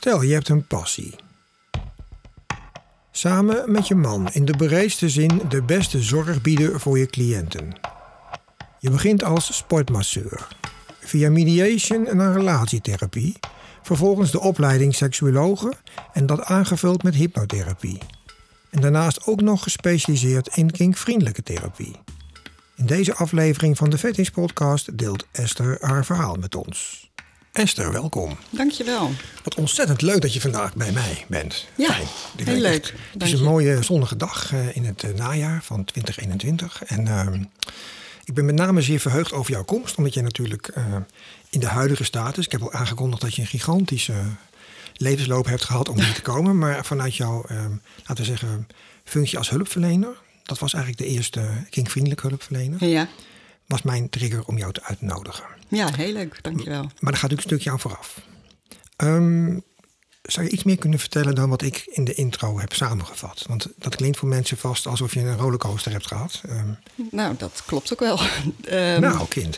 Stel, je hebt een passie. Samen met je man in de breedste zin de beste zorg bieden voor je cliënten. Je begint als sportmasseur. Via mediation naar relatietherapie. Vervolgens de opleiding seksuologe en dat aangevuld met hypnotherapie. En daarnaast ook nog gespecialiseerd in kinkvriendelijke therapie. In deze aflevering van de Fetish Podcast deelt Esther haar verhaal met ons. Esther, welkom. Dankjewel. Wat ontzettend leuk dat je vandaag bij mij bent. Ja, fijn. heel leuk. Het is een mooie zonnige dag in het najaar van 2021. En ik ben met name zeer verheugd over jouw komst. Omdat je natuurlijk in de huidige status... Ik heb al aangekondigd dat je een gigantische levensloop hebt gehad om hier te komen. Maar vanuit jouw, laten we zeggen, functie als hulpverlener... Dat was eigenlijk de eerste kinkvriendelijke hulpverlener. Ja. Was mijn trigger om jou uit te nodigen. Ja, heel leuk. Dankjewel. Maar daar gaat ook een stukje aan vooraf. Zou je iets meer kunnen vertellen dan wat ik in de intro heb samengevat? Want dat klinkt voor mensen vast alsof je een rollercoaster hebt gehad. Nou, dat klopt ook wel. Nou, kind.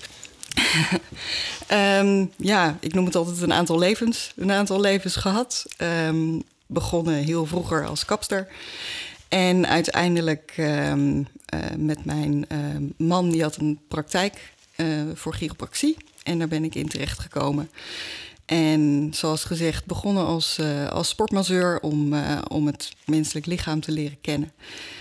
Ja, ik noem het altijd een aantal levens. Een aantal levens gehad. Begonnen heel vroeger als kapster. En uiteindelijk met mijn man, die had een praktijk voor chiropractie. En daar ben ik in terechtgekomen. En zoals gezegd, begonnen als sportmasseur om het menselijk lichaam te leren kennen.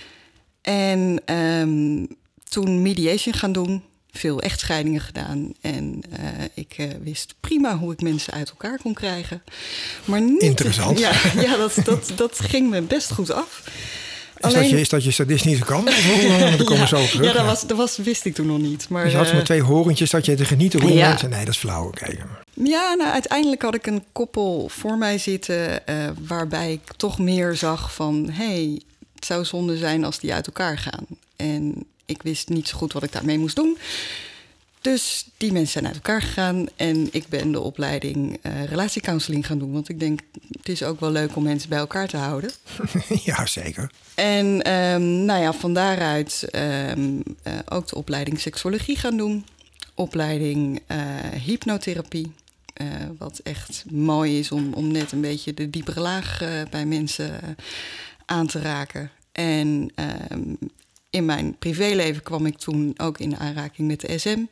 En toen mediation gaan doen, veel echtscheidingen gedaan. En ik wist prima hoe ik mensen uit elkaar kon krijgen. Maar niet, interessant. Ja, dat ging me best goed af. Is dat je sadistische kant? Dan komen we zo terug. Ja, dat wist ik toen nog niet. Maar, dus je had met twee horentjes dat je te genieten hoe mensen... Nee, dat is flauw. Okay. Ja, nou, uiteindelijk had ik een koppel voor mij zitten... waarbij ik toch meer zag van... hey, het zou zonde zijn als die uit elkaar gaan. En ik wist niet zo goed wat ik daarmee moest doen. Dus die mensen zijn uit elkaar gegaan. En ik ben de opleiding relatiecounseling gaan doen. Want ik denk, het is ook wel leuk om mensen bij elkaar te houden. Ja, zeker. En nou ja, van daaruit ook de opleiding seksuologie gaan doen. Opleiding hypnotherapie. Wat echt mooi is om net een beetje de diepere laag bij mensen aan te raken. En in mijn privéleven kwam ik toen ook in aanraking met de SM.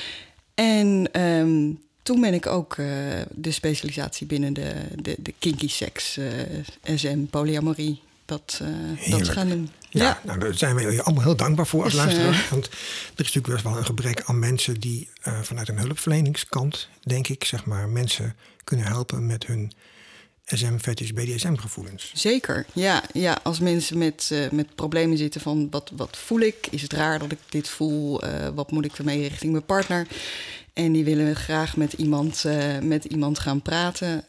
En toen ben ik ook de specialisatie binnen de kinky seks, SM, polyamorie, dat gaan doen. Ja, nou, daar zijn we je allemaal heel dankbaar voor als luisteraar. Want er is natuurlijk best wel een gebrek aan mensen die vanuit een hulpverleningskant, denk ik, zeg maar, mensen kunnen helpen met hun SM, fetish, BDSM-gevoelens. Zeker, ja. Als mensen met problemen zitten van wat voel ik? Is het raar dat ik dit voel? Wat moet ik ermee richting mijn partner? En die willen graag met iemand gaan praten.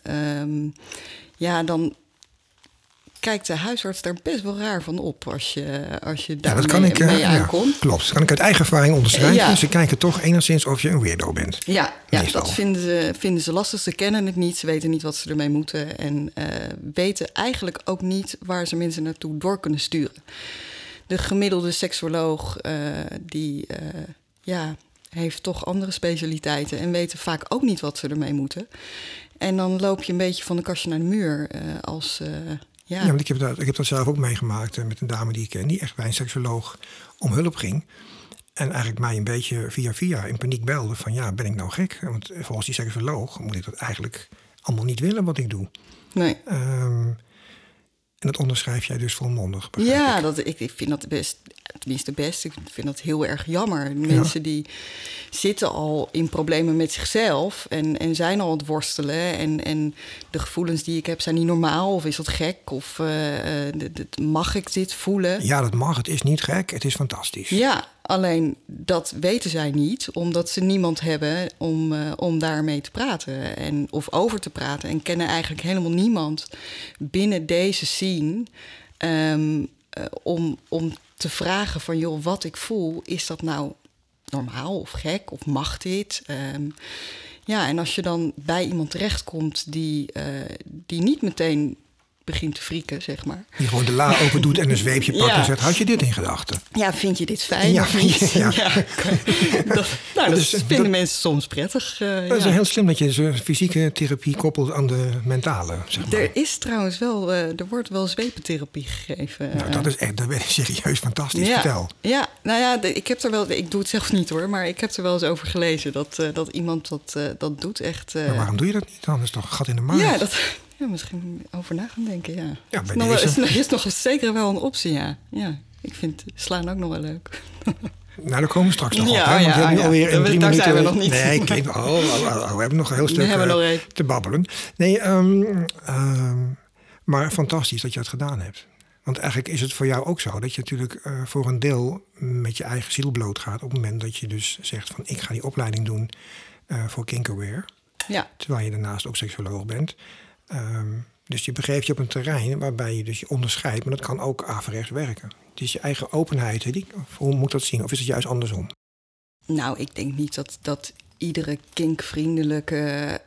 Ja, dan kijkt de huisarts daar best wel raar van op als je daar mee aankomt. Ja, klopt, dat kan ik uit eigen ervaring onderschrijven. Ja. Ze kijken toch enigszins of je een weirdo bent. Ja, dat vinden ze lastig. Ze kennen het niet, ze weten niet wat ze ermee moeten... en weten eigenlijk ook niet waar ze mensen naartoe door kunnen sturen. De gemiddelde seksuoloog die heeft toch andere specialiteiten... en weten vaak ook niet wat ze ermee moeten. En dan loop je een beetje van de kastje naar de muur Ja, want ik heb dat zelf ook meegemaakt met een dame die ik ken... die echt bij een seksuoloog om hulp ging. En eigenlijk mij een beetje via in paniek belde van... ja, ben ik nou gek? Want volgens die seksuoloog moet ik dat eigenlijk allemaal niet willen wat ik doe. Nee. En dat onderschrijf jij dus volmondig. Ja, ik vind dat best... Tenminste best, ik vind dat heel erg jammer. Mensen die zitten al in problemen met zichzelf... en zijn al aan het worstelen. En de gevoelens die ik heb, zijn niet normaal? Of is dat gek? Of mag ik dit voelen? Ja, dat mag. Het is niet gek. Het is fantastisch. Ja, alleen dat weten zij niet... omdat ze niemand hebben om daarmee te praten. Of over te praten. En kennen eigenlijk helemaal niemand binnen deze scene... om te vragen van, joh, wat ik voel... is dat nou normaal of gek of mag dit? En als je dan bij iemand terechtkomt die niet meteen begint te frieken, zeg maar. Die gewoon de la open doet en een zweepje pakt Ja. en zegt, had je dit in gedachten? Ja, vind je dit fijn Ja, of niet? ja. Dat Dus vinden mensen soms prettig. Dat is heel slim dat je zo'n fysieke therapie koppelt aan de mentale, zeg maar. Er is trouwens wel, er wordt wel zwepentherapie gegeven. Nou, dat ben ik serieus fantastisch. Ja, Vertel. ja, nou ja, ik doe het zelf niet hoor, maar ik heb er wel eens over gelezen dat iemand dat doet. Echt. Maar waarom doe je dat niet dan? Dat is toch een gat in de markt? Ja, misschien over na gaan denken, ja. Ja, bij Nog wel- deze. is nog zeker wel een optie, ja. Ja, ik vind slaan ook nog wel leuk. Nou, daar komen we straks nog Ja, op. Hè? Want we hebben nu ja. alweer in 3 Daar minuten... zijn we nog niet. Nee, we hebben nog een heel stuk hebben we nog even. te babbelen. Nee, maar fantastisch dat je het gedaan hebt. Want eigenlijk is het voor jou ook zo dat je natuurlijk voor een deel met je eigen ziel blootgaat op het moment dat je dus zegt van ik ga die opleiding doen voor Kinkaware. Ja, Terwijl je daarnaast ook seksuoloog bent. Dus je begeeft je op een terrein waarbij je dus je onderscheidt, maar dat kan ook averechts werken. Het is je eigen openheid. Hè? Hoe moet dat zien? Of is het juist andersom? nou, ik denk niet dat iedere kinkvriendelijke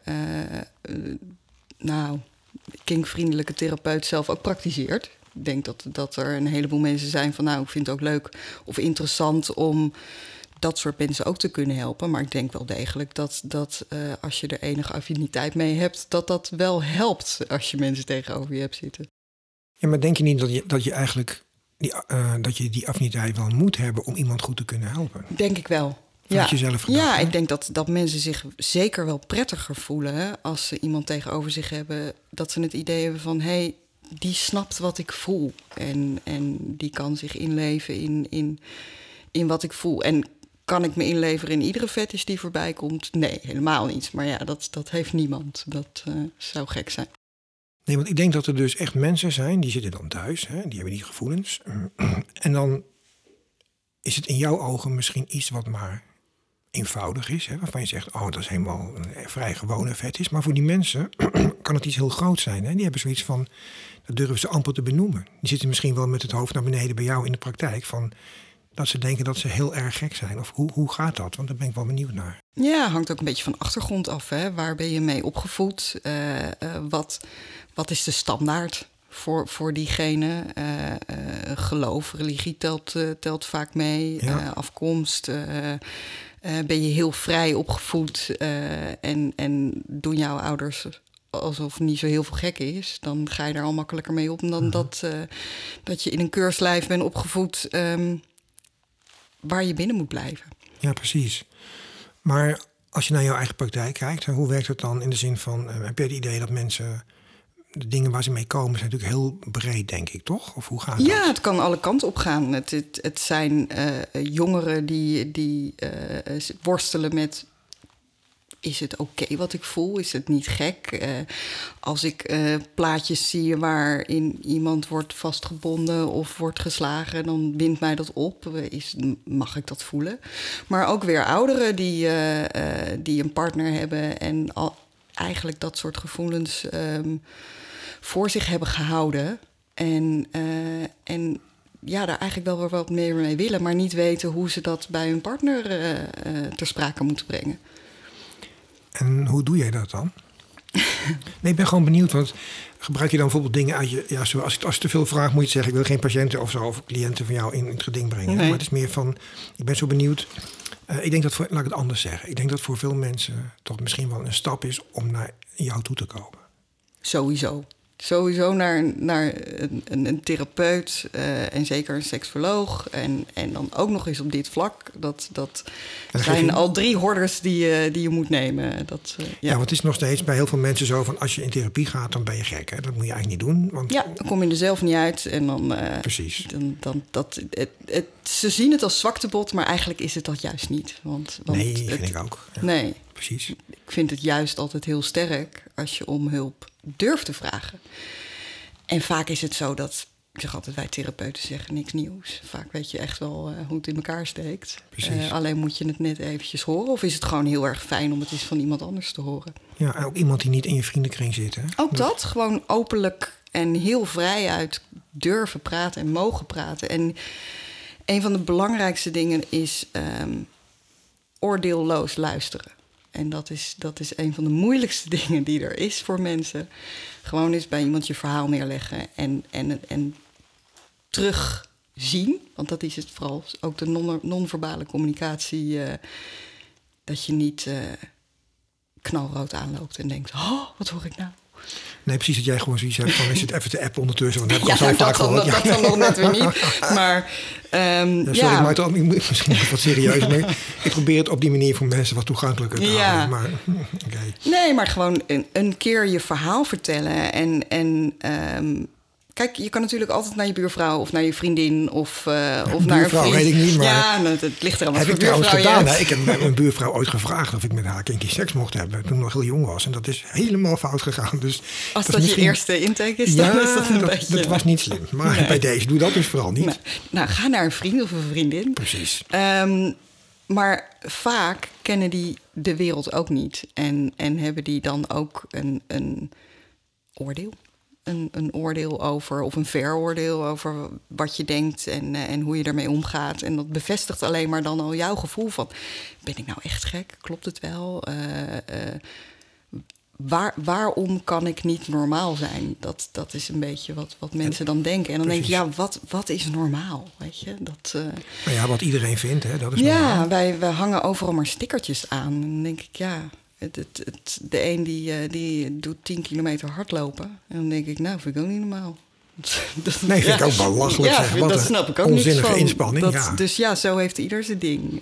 kinkvriendelijke therapeut zelf ook praktiseert. Ik denk dat er een heleboel mensen zijn van nou, ik vind het ook leuk of interessant om dat soort mensen ook te kunnen helpen. Maar ik denk wel degelijk dat als je er enige affiniteit mee hebt, dat wel helpt als je mensen tegenover je hebt zitten. Ja, maar denk je niet dat je eigenlijk dat je die affiniteit wel moet hebben om iemand goed te kunnen helpen? Denk ik wel. Vanuit jezelf gedacht, ja, hè? ik denk dat mensen zich zeker wel prettiger voelen hè, als ze iemand tegenover zich hebben. Dat ze het idee hebben van hé, die snapt wat ik voel. En die kan zich inleven in wat ik voel. En kan ik me inleveren in iedere fetish die voorbij komt? Nee, helemaal niet. Maar ja, dat heeft niemand. Dat zou gek zijn. Nee, want ik denk dat er dus echt mensen zijn, die zitten dan thuis, hè, die hebben die gevoelens. En dan is het in jouw ogen misschien iets wat maar eenvoudig is. Hè, waarvan je zegt, oh, dat is helemaal een vrij gewone fetish. Maar voor die mensen kan het iets heel groots zijn. Hè? Die hebben zoiets van, dat durven ze amper te benoemen. Die zitten misschien wel met het hoofd naar beneden bij jou in de praktijk. Van dat ze denken dat ze heel erg gek zijn. Of hoe gaat dat? Want daar ben ik wel benieuwd naar. Ja, hangt ook een beetje van achtergrond af. Hè? Waar ben je mee opgevoed? Wat is de standaard voor diegene? Geloof, religie telt vaak mee. Ja. Afkomst. Ben je heel vrij opgevoed? En doen jouw ouders alsof niet zo heel veel gek is? Dan ga je daar al makkelijker mee op dan dat je in een keurslijf bent opgevoed waar je binnen moet blijven. Ja, precies. Maar als je naar jouw eigen praktijk kijkt, hoe werkt het dan in de zin van, heb je het idee dat mensen, de dingen waar ze mee komen, zijn natuurlijk heel breed, denk ik, toch? Of hoe gaat Ja, dat? het kan alle kanten op gaan. Het zijn jongeren die worstelen met, is het oké wat ik voel? Is het niet gek? Als ik plaatjes zie waarin iemand wordt vastgebonden of wordt geslagen, dan wint mij dat op. Mag ik dat voelen? Maar ook weer ouderen die een partner hebben en eigenlijk dat soort gevoelens voor zich hebben gehouden. En ja, daar eigenlijk wel weer wat meer mee willen, maar niet weten hoe ze dat bij hun partner ter sprake moeten brengen. En hoe doe jij dat dan? Nee, ik ben gewoon benieuwd, want gebruik je dan bijvoorbeeld dingen uit je... Ja, als je te veel vraagt, moet je zeggen, ik wil geen patiënten of zo, of cliënten van jou in het geding brengen. Nee. Maar het is meer van, ik ben zo benieuwd. Ik denk dat laat ik het anders zeggen. Ik denk dat voor veel mensen toch misschien wel een stap is om naar jou toe te komen. Sowieso. Sowieso naar een therapeut en zeker een seksoloog. En dan ook nog eens op dit vlak. Dat zijn al 3 hordes die je moet nemen. Ja, want het is nog steeds bij heel veel mensen zo van, als je in therapie gaat, dan ben je gek. Hè? Dat moet je eigenlijk niet doen. Want... Ja, dan kom je er zelf niet uit. En dan, Precies. Ze zien het als zwaktebod, maar eigenlijk is het dat juist niet. Want nee, vind ik ook. Ja, nee, precies. ik vind het juist altijd heel sterk als je om hulp durft te vragen. En vaak is het zo dat, ik zeg altijd, wij therapeuten zeggen niks nieuws. Vaak weet je echt wel hoe het in elkaar steekt. Alleen moet je het net eventjes horen. Of is het gewoon heel erg fijn om het eens van iemand anders te horen. Ja, en ook iemand die niet in je vriendenkring zit. Hè? Ook dat, gewoon openlijk en heel vrij uit durven praten en mogen praten. En een van de belangrijkste dingen is oordeelloos luisteren. En dat is een van de moeilijkste dingen die er is voor mensen. Gewoon eens bij iemand je verhaal neerleggen en terugzien. Want dat is het vooral, ook de non-verbale communicatie. Dat je niet knalrood aanloopt en denkt... oh, wat hoor ik nou? Nee, precies, dat jij gewoon zoiets hebt van... is het even te appen ondertussen? Want dat heb ik Ja, al zo vaak gehoord. Dat dan nog net weer niet. Maar, sorry, maar ik moet misschien wat serieus mee. Ik probeer het op die manier voor mensen wat toegankelijker te houden. Maar, okay. Nee, maar gewoon een keer je verhaal vertellen. Kijk, je kan natuurlijk altijd naar je buurvrouw of naar je vriendin of naar een vriend. Weet ik niet, maar... Ja, het ligt er aan wat heb voor ik trouwens buurvrouw gedaan. je hebt. Ik heb mijn buurvrouw ooit gevraagd of ik met haar kinky seks mocht hebben. Toen ik nog heel jong was. En dat is helemaal fout gegaan. Dus als dat misschien... je eerste intake is, dan is dat een beetje... dat was niet slim. Maar bij deze, doe dat dus vooral niet. Nee. Nou, ga naar een vriend of een vriendin. Precies. Maar vaak kennen die de wereld ook niet. En hebben die dan ook een oordeel. Een oordeel over, of een veroordeel over wat je denkt en hoe je ermee omgaat. En dat bevestigt alleen maar dan al jouw gevoel van... ben ik nou echt gek? Klopt het wel? Waarom kan ik niet normaal zijn? Dat is een beetje wat mensen dan denken. En dan denk je, ja, wat is normaal? Weet je? Maar ja, wat iedereen vindt, hè, dat is normaal. Ja, wij hangen overal maar stickertjes aan. En dan denk ik, ja... De een die doet 10 kilometer hardlopen. En dan denk ik, nou, vind ik ook niet normaal. Nee, vind ik ook belachelijk. Ja, zeg. Wat dat een snap ik ook onzinnige niet inspanning. Ja. Dus ja, zo heeft ieder zijn ding.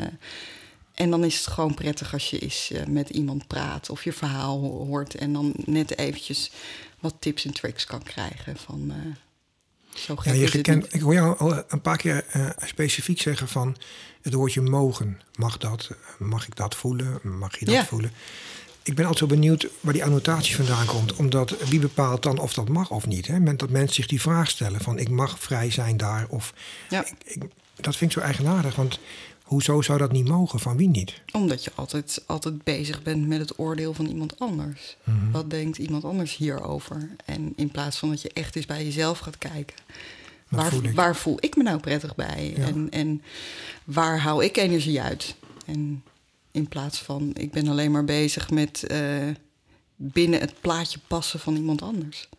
En dan is het gewoon prettig als je eens met iemand praat... of je verhaal hoort en dan net eventjes wat tips en tricks kan krijgen van... zo gek is het niet. Ik hoor jou al een paar keer specifiek zeggen van... het woordje mogen. Mag dat? Mag ik dat voelen? Mag je dat voelen? Ik ben altijd zo benieuwd waar die annotatie vandaan komt. Omdat wie bepaalt dan of dat mag of niet? Hè? Dat mensen zich die vraag stellen van ik mag vrij zijn daar. Of dat vind ik zo eigenaardig. Want hoezo zou dat niet mogen? Van wie niet? Omdat je altijd bezig bent met het oordeel van iemand anders. Mm-hmm. Wat denkt iemand anders hierover? En in plaats van dat je echt eens bij jezelf gaat kijken... Waar voel ik me nou prettig bij? Ja. En waar hou ik energie uit? En in plaats van, ik ben alleen maar bezig met binnen het plaatje passen van iemand anders.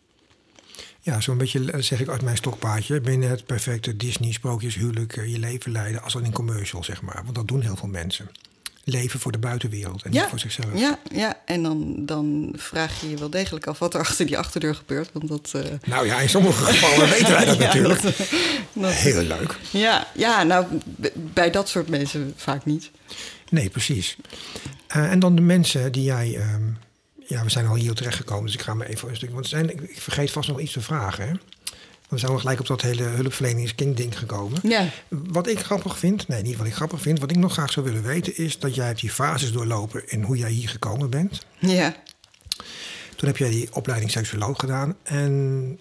Ja, zo'n beetje, zeg ik uit mijn stokpaardje... binnen het perfecte Disney-sprookjeshuwelijk je leven leiden... als een commercial, zeg maar. Want dat doen heel veel mensen. Leven voor de buitenwereld en niet voor zichzelf. Ja, en dan vraag je je wel degelijk af wat er achter die achterdeur gebeurt. Want dat, Nou ja, in sommige gevallen weten wij dat natuurlijk. Dat heel leuk. Ja, nou, bij dat soort mensen vaak niet. Nee, precies. En dan de mensen die jij... we zijn al hier terechtgekomen, dus ik ga maar even een stuk... Want ik vergeet vast nog iets te vragen, hè? We zijn gelijk op dat hele hulpverleningsking-ding gekomen. Ja. Wat ik grappig vind... Nee, niet wat ik grappig vind. Wat ik nog graag zou willen weten is... dat jij hebt die fases doorlopen in hoe jij hier gekomen bent. Ja. Toen heb jij die opleiding seksuoloog gedaan. En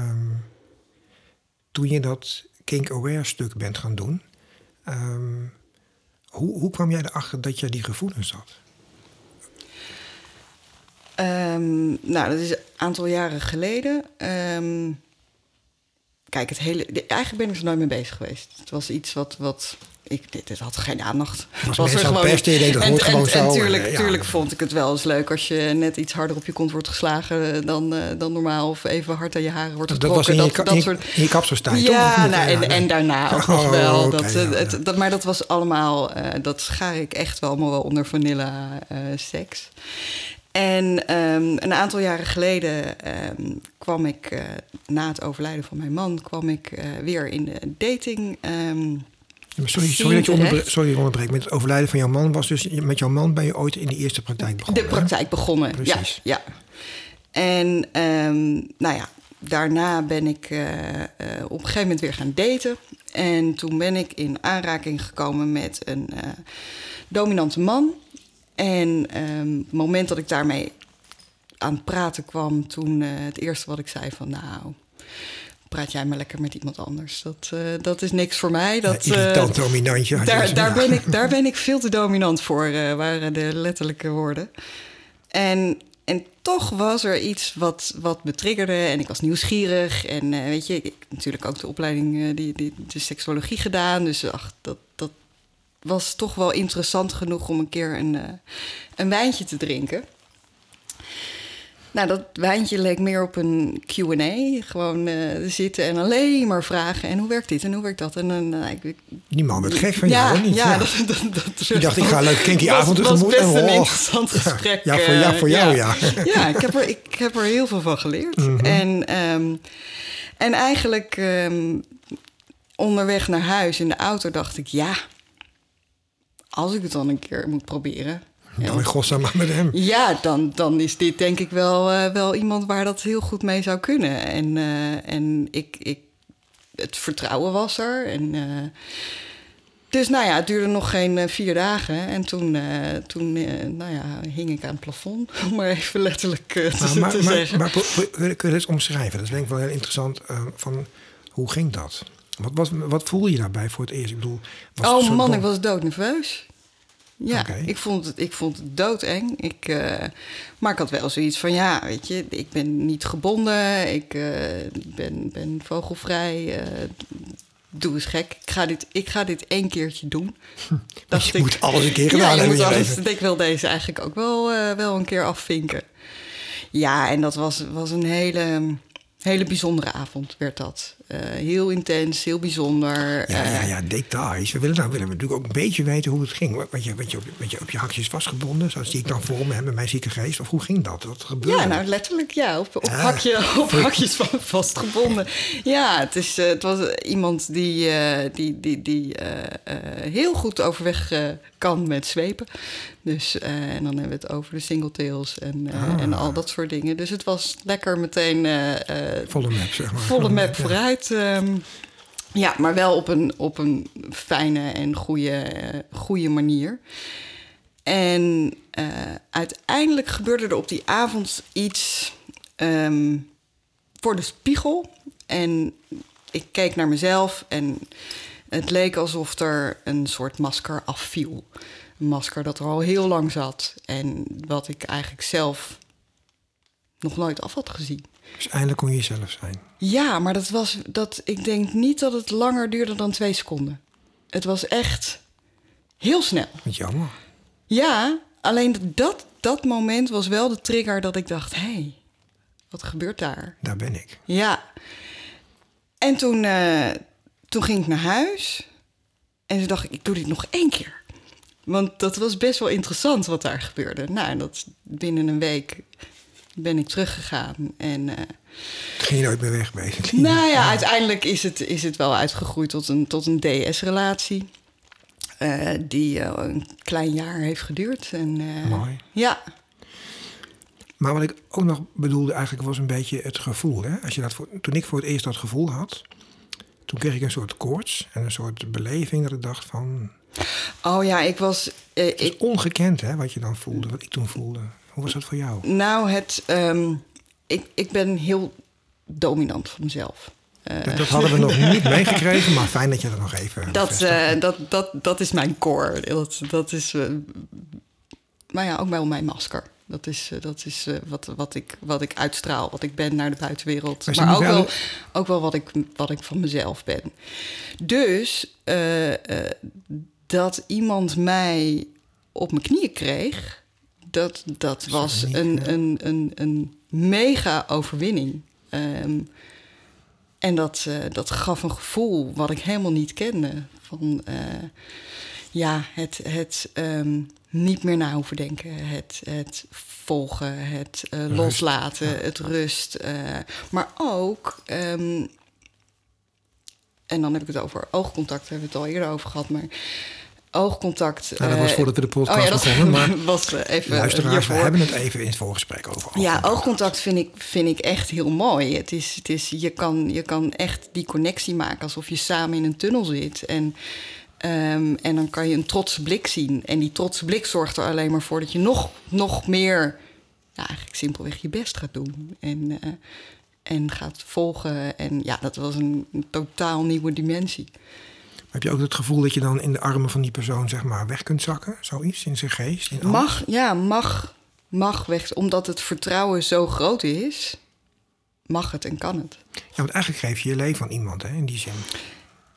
toen je dat kink-aware stuk bent gaan doen... hoe kwam jij erachter dat je die gevoelens had? Nou, dat is een aantal jaren geleden... Kijk, eigenlijk ben ik er nooit mee bezig geweest. Het was iets wat dit had geen aandacht. Was er gewoon pesten, je deed dat hoort gewoon zo. En tuurlijk vond ik het wel eens leuk als je net iets harder op je kont wordt geslagen dan normaal. Of even hard aan je haren wordt getrokken. Dat was in je kapserstijd, ja, en daarna ook nog wel. Maar dat was allemaal, dat schaar ik echt wel allemaal wel onder vanilla seks. En een aantal jaren geleden kwam ik, na het overlijden van mijn man... kwam ik weer in de dating. Sorry dat je onderbreekt. Met het overlijden van jouw man was dus... met jouw man ben je ooit in de eerste praktijk begonnen? De praktijk begonnen, precies. Ja. En daarna ben ik op een gegeven moment weer gaan daten. En toen ben ik in aanraking gekomen met een dominante man... En het moment dat ik daarmee aan het praten kwam... toen het eerste wat ik zei van... nou, praat jij maar lekker met iemand anders. Dat is niks voor mij. Irritant dominantje. Daar ben ik veel te dominant voor, waren de letterlijke woorden. En toch was er iets wat me triggerde. En ik was nieuwsgierig. En ik heb natuurlijk ook de opleiding de seksuologie gedaan. Dus dat was toch wel interessant genoeg om een keer een wijntje te drinken. Nou, dat wijntje leek meer op een Q&A. Gewoon zitten en alleen maar vragen. En hoe werkt dit en hoe werkt dat? En, die man werd gek van jou, niet? Ja, die dacht, ik ga leuk kinky avond tegemoet. Dat was best een interessant gesprek. Ja, voor jou. Ja, ik heb er heel veel van geleerd. Mm-hmm. En eigenlijk onderweg naar huis in de auto dacht ik... ja, als ik het dan een keer moet proberen... Nou, in godsnaam maar met hem. Ja, dan is dit denk ik wel iemand waar dat heel goed mee zou kunnen. En het vertrouwen was er. Dus nou ja, het duurde nog geen 4 dagen. En toen hing ik aan het plafond. Om maar even letterlijk te zeggen. Maar kun je dat eens omschrijven? Dat is denk ik wel heel interessant. Van hoe ging dat? Wat voelde je daarbij voor het eerst? Ik bedoel, ik was doodnerveus. Ja, okay. Ik vond het doodeng. Maar ik had wel zoiets van, ja, weet je, ik ben niet gebonden. Ik ben vogelvrij. Doe eens gek. Ik ga dit 1 keertje doen. Je moet alles een keer gedaan hebben. Ik wil deze eigenlijk ook wel een keer afvinken. Ja, en dat was een hele bijzondere avond, werd dat. Heel intens, heel bijzonder. Ja, details. We willen natuurlijk ook een beetje weten hoe het ging. Wat je op je hakjes vastgebonden, zoals zie ik dan voor me met mijn zieke geest. Of hoe ging dat? Wat gebeurde? Ja, nou letterlijk, ja. Op hakjes vastgebonden. Ja, het was iemand die heel goed overweg kan met zwepen. Dus, en dan hebben we het over de singletails en al dat soort dingen. Dus het was lekker meteen... volle map, zeg maar. Volle map vooruit. Ja, maar wel op een fijne en goede manier. En uiteindelijk gebeurde er op die avond iets voor de spiegel. En ik keek naar mezelf en het leek alsof er een soort masker afviel. Een masker dat er al heel lang zat. En wat ik eigenlijk zelf nog nooit af had gezien. Dus eindelijk kon je jezelf zijn. Ja, maar ik denk niet dat het langer duurde dan 2 seconden. Het was echt heel snel. Wat jammer. Ja, alleen dat moment was wel de trigger dat ik dacht... hé, wat gebeurt daar? Daar ben ik. Ja. En toen ging ik naar huis. En toen dacht ik doe dit nog 1 keer. Want dat was best wel interessant wat daar gebeurde. Nou, en dat binnen een week... ben ik teruggegaan en... ging je nooit meer weg, basically? Nou ja, uiteindelijk is het wel uitgegroeid tot een DS-relatie. Die een klein jaar heeft geduurd. Mooi. Ja. Maar wat ik ook nog bedoelde eigenlijk was een beetje het gevoel. Hè? Toen ik voor het eerst dat gevoel had... toen kreeg ik een soort koorts en een soort beleving dat ik dacht van... Oh ja, ik was... het is ongekend, hè, wat je dan voelde, wat ik toen voelde. Hoe was dat voor jou? Nou, ik ben heel dominant van mezelf. Dat hadden we nog niet meegekregen, maar fijn dat je dat nog even... Dat is mijn core. Dat is... maar ja, ook wel mijn masker. Dat is wat ik uitstraal, wat ik ben naar de buitenwereld. Maar ook wel wat ik van mezelf ben. Dus dat iemand mij op mijn knieën kreeg... Dat was een mega overwinning. En dat gaf een gevoel wat ik helemaal niet kende. Van het niet meer na hoeven denken. Het volgen, het loslaten, het rust. Maar ook... en dan heb ik het over oogcontact. Daar hebben we het al eerder over gehad, maar... oogcontact. Nou, dat was voordat we de podcast begonnen, maar was even luisteraars, we hebben het even in het voorgesprek over oogcontact. Ja, oogcontact vind ik echt heel mooi. Het is, je kan echt die connectie maken alsof je samen in een tunnel zit. En dan kan je een trotse blik zien. En die trotse blik zorgt er alleen maar voor dat je nog meer, ja, eigenlijk simpelweg je best gaat doen. En gaat volgen. En ja, dat was een totaal nieuwe dimensie. Heb je ook het gevoel dat je dan in de armen van die persoon, zeg maar, weg kunt zakken? Zoiets, in zijn geest? In mag weg. Omdat het vertrouwen zo groot is, mag het en kan het. Ja, want eigenlijk geef je je leven aan iemand, hè, in die zin. Ja,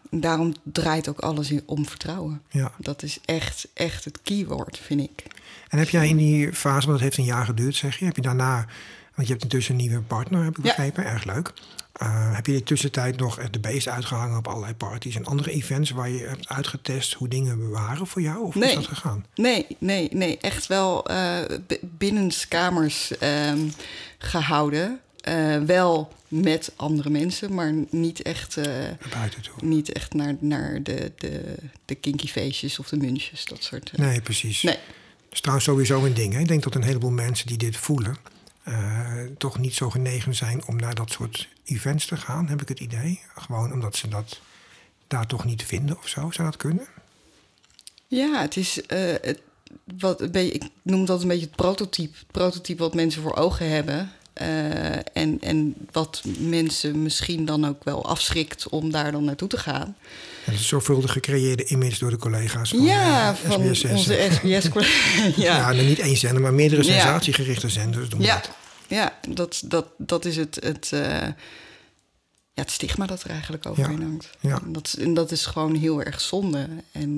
daarom draait ook alles om vertrouwen. Ja. Dat is echt het keyword, vind ik. En heb jij in die fase, want dat heeft een jaar geduurd, zeg je... heb je daarna, want je hebt intussen een nieuwe partner, heb ik begrepen, erg leuk... heb je in de tussentijd nog de beest uitgehangen op allerlei parties en andere events waar je hebt uitgetest hoe dingen waren voor jou? Of is dat gegaan? Nee. Echt wel binnenskamers gehouden. Wel met andere mensen, maar niet echt, buiten toe. Niet echt naar de kinky feestjes of de munches, dat soort. Nee, precies. Nee. Dat is trouwens sowieso een ding. Hè? Ik denk dat een heleboel mensen die dit voelen... toch niet zo genegen zijn om naar dat soort events te gaan, heb ik het idee. Gewoon omdat ze dat daar toch niet vinden of zo. Zou dat kunnen? Ja, het is... ik noem dat een beetje het prototype wat mensen voor ogen hebben. En wat mensen misschien dan ook wel afschrikt om daar dan naartoe te gaan. En het is zorgvuldig gecreëerde image door de collega's van van SBS6. Onze SBS-collega's. Ja, niet één zender, maar meerdere sensatiegerichte zenders doen dat. Ja, dat is het stigma dat er eigenlijk overheen hangt. Ja. En dat is gewoon heel erg zonde. En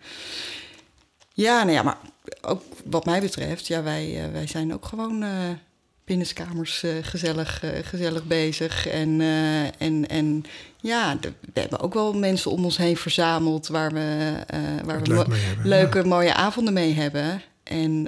maar ook wat mij betreft, wij zijn ook gewoon binnenskamers gezellig bezig. We hebben ook wel mensen om ons heen verzameld waar we leuke, mooie avonden mee hebben. En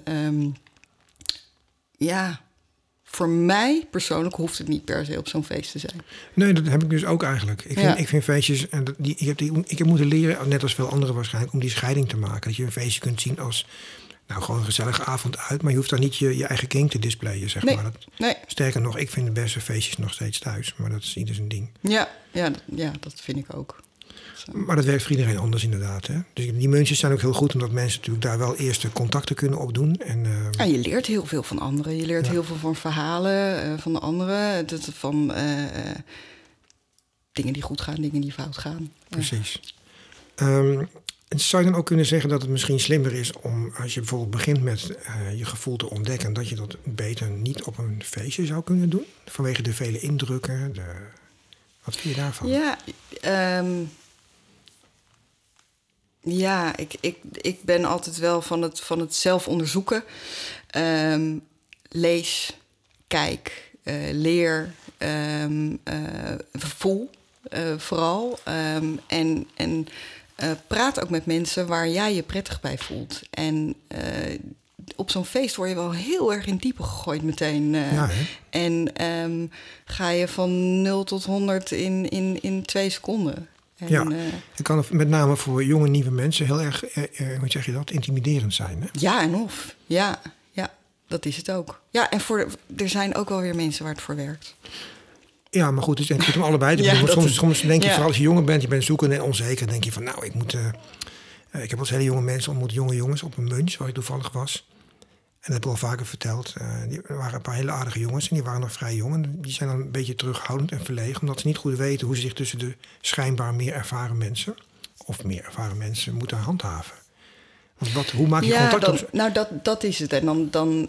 voor mij persoonlijk hoeft het niet per se op zo'n feest te zijn. Nee, dat heb ik dus ook eigenlijk. Ik vind feestjes... Ik heb moeten leren, net als veel anderen waarschijnlijk... om die scheiding te maken. Dat je een feestje kunt zien als... gewoon een gezellige avond uit... maar je hoeft daar niet je eigen kink te displayen, zeg maar. Nee. Sterker nog, ik vind de beste feestjes nog steeds thuis. Maar dat is ieder zijn ding. Ja, dat vind ik ook. Zo. Maar dat werkt voor iedereen anders inderdaad. Hè? Dus die munches zijn ook heel goed... omdat mensen natuurlijk daar wel eerste contacten kunnen opdoen. En je leert heel veel van anderen. Je leert heel veel van verhalen van de anderen. Van dingen die goed gaan, dingen die fout gaan. Precies. Zou je dan ook kunnen zeggen dat het misschien slimmer is... om als je bijvoorbeeld begint met je gevoel te ontdekken... dat je dat beter niet op een feestje zou kunnen doen? Vanwege de vele indrukken. Wat vind je daarvan? Ik ben altijd wel van het zelf onderzoeken. Lees, kijk, leer, voel vooral. En praat ook met mensen waar jij je prettig bij voelt. En op zo'n feest word je wel heel erg in diepe gegooid meteen. En ga je van 0 tot 100 in 2 seconden. En, het kan met name voor jonge, nieuwe mensen heel erg, hoe zeg je dat, intimiderend zijn. Hè? Ja, en of. Ja, dat is het ook. Ja, en er zijn ook wel weer mensen waar het voor werkt. Ja, maar goed, het is goed om allebei te doen. Soms denk je, vooral als je jonger bent, je bent zoekend en onzeker, denk je van, ik moet... ik heb als hele jonge mensen ontmoet, jonge jongens op een munch, waar ik toevallig was. En dat heb ik al vaker verteld. Er waren een paar hele aardige jongens en die waren nog vrij jong. En die zijn dan een beetje terughoudend en verlegen, omdat ze niet goed weten hoe ze zich tussen de schijnbaar meer ervaren mensen moeten handhaven. Want hoe maak je contact? Dat is het. En dan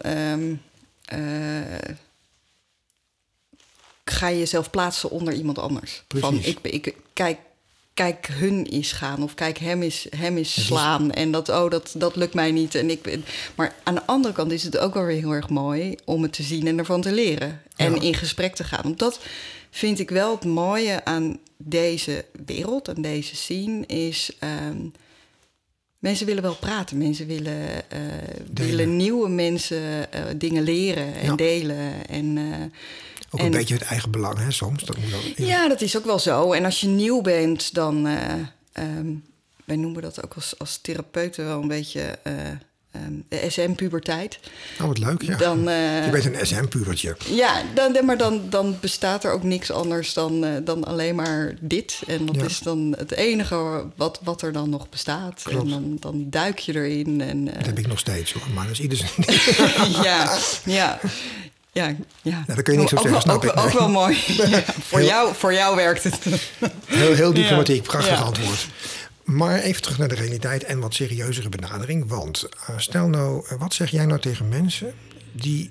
ga je jezelf plaatsen onder iemand anders. Precies. Van, ik kijk hun eens gaan of kijk hem eens slaan. En dat lukt mij niet. Maar aan de andere kant is het ook wel weer heel erg mooi om het te zien en ervan te leren. En in gesprek te gaan. Want dat vind ik wel het mooie aan deze wereld, aan deze scene, is... mensen willen wel praten. Mensen willen nieuwe mensen dingen leren en delen. En ook een beetje het eigen belang, hè, soms. Dat moet ook, ja, dat is ook wel zo. En als je nieuw bent, dan... wij noemen dat ook als therapeuten wel een beetje... de SM-puberteit. Oh, wat leuk, ja. Je bent een SM-pubertje. Ja, maar dan bestaat er ook niks anders dan alleen maar dit. En dat is dan het enige wat er dan nog bestaat. Klopt. En dan duik je erin. En, dat heb ik nog steeds, hoor. Maar dat is ieder zijn... Ja. Dat kun je niet zo zeggen, snap ik. Ook wel mooi. Voor jou werkt het. Heel diplomatiek, prachtig antwoord. Maar even terug naar de realiteit en wat serieuzere benadering. Want stel nou, wat zeg jij nou tegen mensen die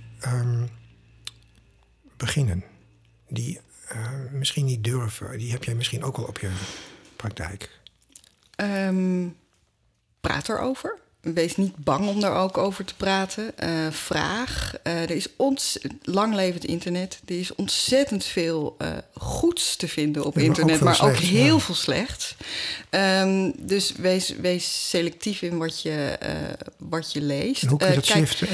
beginnen? Die misschien niet durven. Die heb jij misschien ook wel op je praktijk? Praat erover. Wees niet bang om er ook over te praten. Vraag. Er is lang leven het internet. Er is ontzettend veel goeds te vinden op internet, maar ook heel veel slechts. Dus wees selectief in wat je leest. En hoe kun je dat shiften?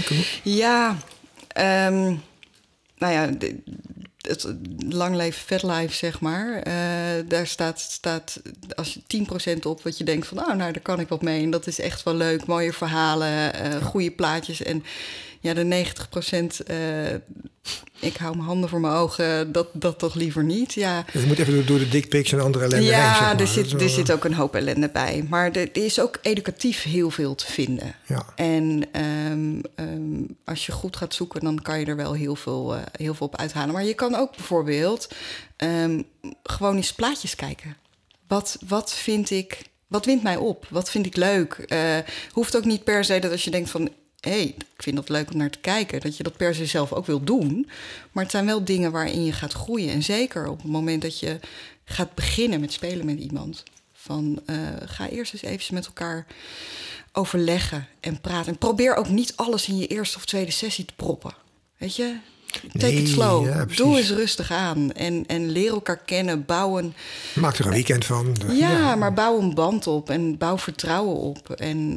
Het lang leven, vet life, zeg maar. Daar staat als je 10% op wat je denkt van... daar kan ik wat mee. En dat is echt wel leuk. Mooie verhalen, goede plaatjes. En ja, de 90%... ik hou mijn handen voor mijn ogen, dat toch liever niet. Ja. Dus je moet even door de dickpics en andere ellende heen, zeg maar. Er zit ook een hoop ellende bij. Maar er is ook educatief heel veel te vinden. Ja. En als je goed gaat zoeken, dan kan je er wel heel veel op uithalen. Maar je kan ook bijvoorbeeld gewoon eens plaatjes kijken. Wat vind ik... Wat wint mij op? Wat vind ik leuk? Hoeft ook niet per se dat als je denkt van... ik vind dat leuk om naar te kijken, dat je dat per se zelf ook wil doen. Maar het zijn wel dingen waarin je gaat groeien. En zeker op het moment dat je gaat beginnen met spelen met iemand. Ga eerst eens even met elkaar overleggen en praten. En probeer ook niet alles in je eerste of tweede sessie te proppen. Weet je? Take it slow. Ja, doe eens rustig aan. En leer elkaar kennen, bouwen. Maak er een weekend van. Maar bouw een band op en bouw vertrouwen op. En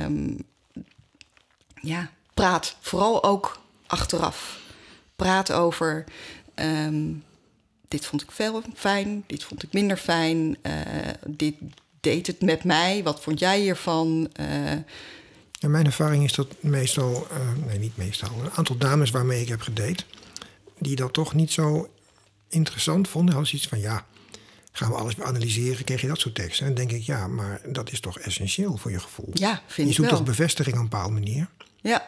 praat. Vooral ook achteraf. Praat over... dit vond ik fijn, dit vond ik minder fijn. Dit deed het met mij. Wat vond jij hiervan? En mijn ervaring is dat meestal... niet meestal. Een aantal dames waarmee ik heb gedate... die dat toch niet zo interessant vonden. Hadden iets van, gaan we alles analyseren? Kreeg je dat soort teksten? En dan denk ik, maar dat is toch essentieel voor je gevoel? Ja, vind ik wel. Je zoekt toch bevestiging op een bepaalde manier? Ja,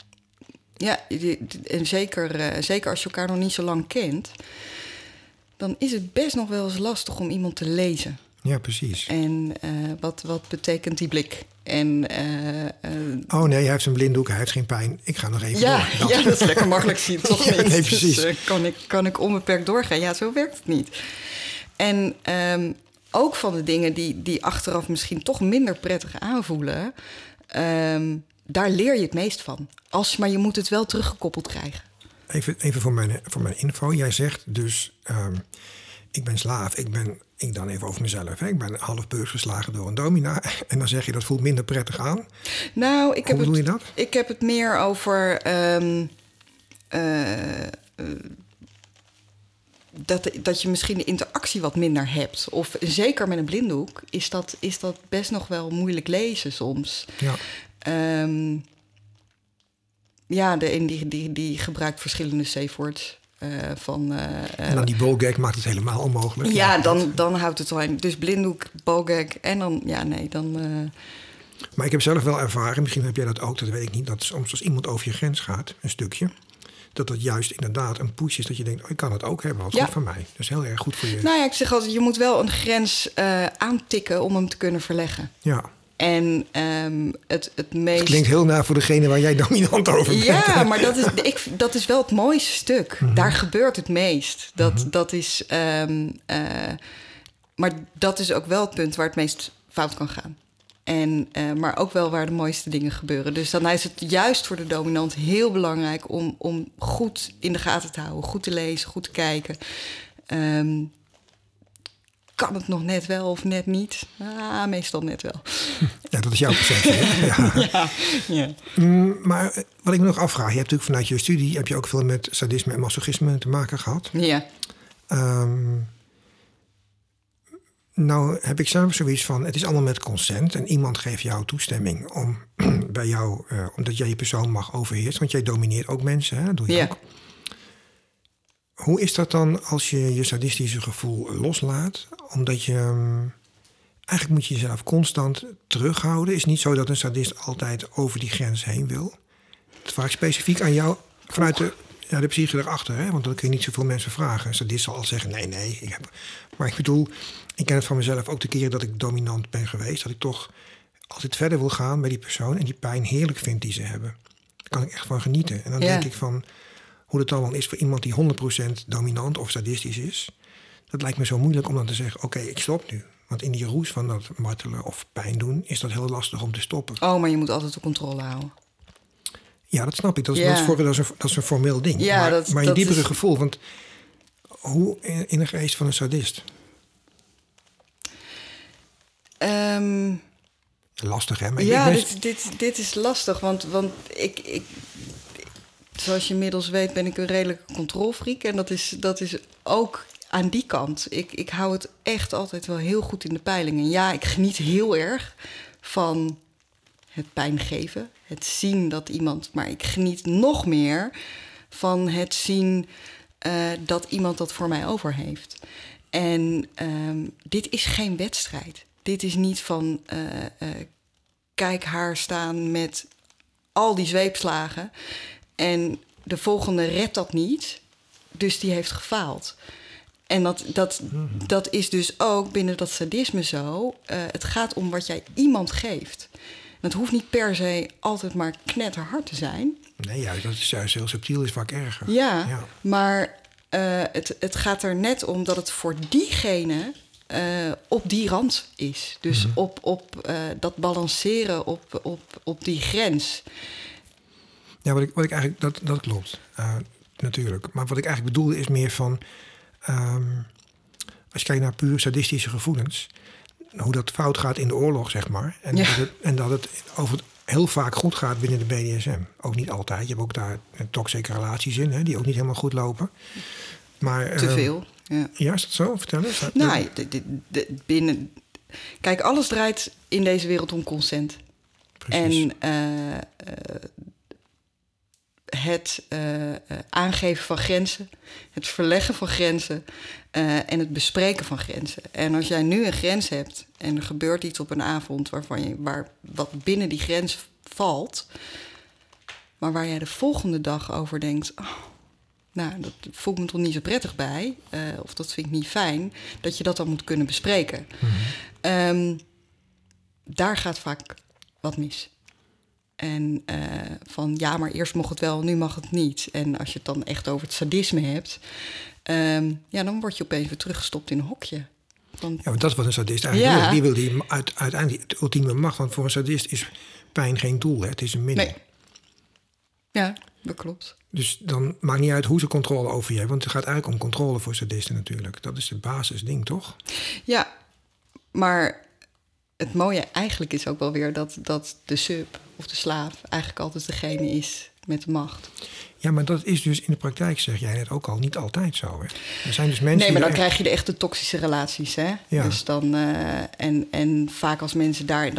en zeker als je elkaar nog niet zo lang kent... dan is het best nog wel eens lastig om iemand te lezen. Ja, precies. En wat betekent die blik? En, oh nee, hij heeft een blinddoek, hij heeft geen pijn. Ik ga nog even door. Dat is lekker makkelijk, zie je toch niet. Nee, precies. Dus kan ik onbeperkt doorgaan? Ja, zo werkt het niet. En ook van de dingen die achteraf misschien toch minder prettig aanvoelen... daar leer je het meest van. Maar je moet het wel teruggekoppeld krijgen. Even voor mijn info. Jij zegt dus, ik ben slaaf. Ik dan even over mezelf. Hè. Ik ben half beurs geslagen door een domina. En dan zeg je, dat voelt minder prettig aan. Nou, hoe bedoel je dat? Ik heb het meer over... dat je misschien de interactie wat minder hebt. Of zeker met een blinddoek is dat best nog wel moeilijk lezen soms. Ja. De een die gebruikt verschillende safe words. En dan die ballgag maakt het helemaal onmogelijk. Ja, dan houdt het al. Dus blinddoek, ballgag en dan... Maar ik heb zelf wel ervaren, misschien heb jij dat ook, dat weet ik niet... dat soms als iemand over je grens gaat, een stukje... dat juist inderdaad een push is dat je denkt... ik kan het ook hebben, wat goed van mij. Dat is heel erg goed voor je. Nou ja, ik zeg altijd, je moet wel een grens aantikken om hem te kunnen verleggen. Ja. En het meest... Het klinkt heel na voor degene waar jij dominant over bent. Ja, maar dat is wel het mooiste stuk. Mm-hmm. Daar gebeurt het meest. Dat is... maar dat is ook wel het punt waar het meest fout kan gaan. Maar ook wel waar de mooiste dingen gebeuren. Dus dan is het juist voor de dominant heel belangrijk... om goed in de gaten te houden. Goed te lezen, goed te kijken. Kan het nog net wel of net niet? Meestal net wel. Ja, dat is jouw perceptie. Ja. Maar wat ik me nog afvraag... je hebt natuurlijk vanuit je studie... heb je ook veel met sadisme en masochisme te maken gehad. Ja. Nou heb ik zelf zoiets van... het is allemaal met consent... en iemand geeft jou toestemming om bij jou... omdat jij je persoon mag overheersen... want jij domineert ook mensen, hè? Dat doe je ook. Hoe is dat dan als je je sadistische gevoel loslaat? Omdat je... eigenlijk moet je jezelf constant terughouden. Is niet zo dat een sadist altijd over die grens heen wil. Dat vraag ik specifiek aan jou vanuit de psyche erachter. Hè? Want dan kun je niet zoveel mensen vragen. Een sadist zal al zeggen, nee. Maar ik bedoel, ik ken het van mezelf ook de keren dat ik dominant ben geweest. Dat ik toch altijd verder wil gaan bij die persoon... en die pijn heerlijk vind die ze hebben. Daar kan ik echt van genieten. En dan denk ik van... hoe het dan wel is voor iemand die 100% dominant of sadistisch is... dat lijkt me zo moeilijk om dan te zeggen... oké, ik stop nu. Want in die roes van dat martelen of pijn doen is dat heel lastig om te stoppen. Oh, maar je moet altijd de controle houden. Ja, dat snap ik. Dat Ja. is een formeel ding. Ja, maar je dat diepere is... gevoel, want hoe in de geest van een sadist? Lastig, hè? Maar Ja, dit is lastig, want ik, zoals je inmiddels weet, ben ik een redelijke controlfreak. En dat is ook aan die kant. Ik hou het echt altijd wel heel goed in de peilingen. Ja, ik geniet heel erg van het pijn geven, het zien dat iemand... Maar ik geniet nog meer van het zien dat iemand dat voor mij over heeft. En dit is geen wedstrijd. Dit is niet van... kijk haar staan met al die zweepslagen... en de volgende redt dat niet, dus die heeft gefaald. En dat is dus ook binnen dat sadisme zo. Het gaat om wat jij iemand geeft. Dat hoeft niet per se altijd maar knetterhard te zijn. Nee, juist, dat is juist heel subtiel, is vaak erger. Ja. Maar het gaat er net om dat het voor diegene op die rand is. Dus op dat balanceren op die grens. Ja, wat ik eigenlijk, dat klopt. Natuurlijk. Maar wat ik eigenlijk bedoelde is meer van... als je kijkt naar puur sadistische gevoelens... hoe dat fout gaat in de oorlog, zeg maar. En dat het heel vaak goed gaat binnen de BDSM. Ook niet altijd. Je hebt ook daar toxische relaties in... Hè, die ook niet helemaal goed lopen. Maar, te veel. Ja, is dat zo? Vertel eens. Nou, binnen... Kijk, alles draait in deze wereld om consent. Precies. En het aangeven van grenzen, het verleggen van grenzen en het bespreken van grenzen. En als jij nu een grens hebt en er gebeurt iets op een avond wat binnen die grens valt, maar waar jij de volgende dag over denkt, oh, nou, dat voelt me toch niet zo prettig bij, of dat vind ik niet fijn, dat je dat dan moet kunnen bespreken. Daar gaat vaak wat mis. En van ja, maar eerst mocht het wel, nu mag het niet. En als je het dan echt over het sadisme hebt, dan word je opeens weer teruggestopt in een hokje. Want... Ja, want dat is wat een sadist eigenlijk wil. Die wil die uiteindelijk de ultieme macht. Want voor een sadist is pijn geen doel, hè? Het is een middel. Nee. Ja, dat klopt. Dus dan maakt niet uit hoe ze controle over je hebben. Want het gaat eigenlijk om controle voor sadisten natuurlijk. Dat is het basisding, toch? Ja, maar het mooie eigenlijk is ook wel weer dat de sub of de slaaf eigenlijk altijd degene is met de macht. Ja, maar dat is dus in de praktijk, zeg jij net ook al, niet altijd zo. Hè? Er zijn dus mensen. Nee, maar dan krijg je de echte toxische relaties, hè? Ja. Dus dan en vaak als mensen daar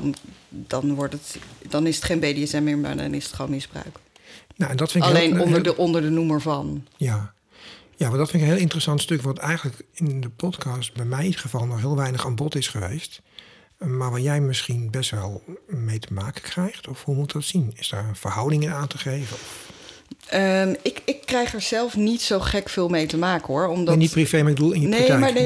dan is het geen BDSM meer, maar dan is het gewoon misbruik. Nou, en dat vind ik alleen onder de noemer van. Ja. Ja, maar dat vind ik een heel interessant stuk, wat eigenlijk in de podcast bij mij in ieder geval nog heel weinig aan bod is geweest. Maar waar jij misschien best wel mee te maken krijgt? Of hoe moet dat zien? Is daar een verhouding in aan te geven? Ik krijg er zelf niet zo gek veel mee te maken, hoor. Omdat... Maar niet privé, maar ik bedoel in je praktijk.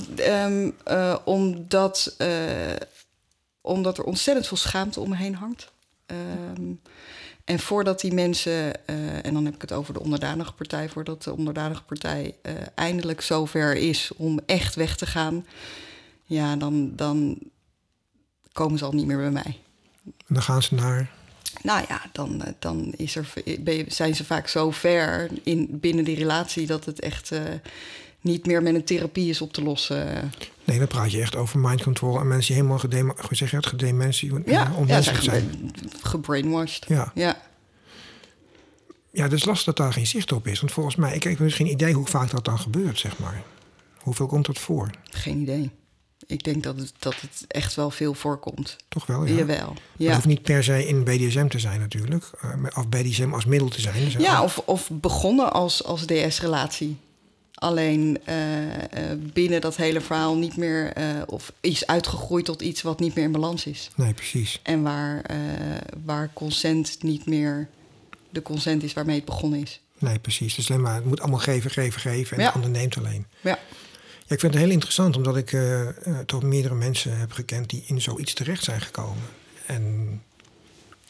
Omdat er ontzettend veel schaamte om me heen hangt. En voordat die mensen, en dan heb ik het over de onderdanige partij, voordat de onderdanige partij eindelijk zover is om echt weg te gaan, ja, dan komen ze al niet meer bij mij. En dan gaan ze naar... Nou ja, dan zijn ze vaak zo ver binnen die relatie dat het echt niet meer met een therapie is op te lossen. Nee, dan praat je echt over mind control en mensen die helemaal onmenselijk zijn. Gebrainwashed. Ja. Ja, het is lastig dat daar geen zicht op is. Want volgens mij, ik heb dus geen idee hoe vaak dat dan gebeurt, zeg maar. Hoeveel komt dat voor? Geen idee. Ik denk dat het echt wel veel voorkomt. Toch wel, ja? Jawel. Ja. Het hoeft niet per se in BDSM te zijn natuurlijk. Of BDSM als middel te zijn. Ja, of begonnen als DS-relatie. Alleen binnen dat hele verhaal niet meer... of is uitgegroeid tot iets wat niet meer in balans is. Nee, precies. En waar consent niet meer de consent is waarmee het begonnen is. Nee, precies. Dus alleen maar, het moet allemaal geven. En de ander neemt alleen. Ja. Ja, ik vind het heel interessant, omdat ik toch meerdere mensen heb gekend die in zoiets terecht zijn gekomen. En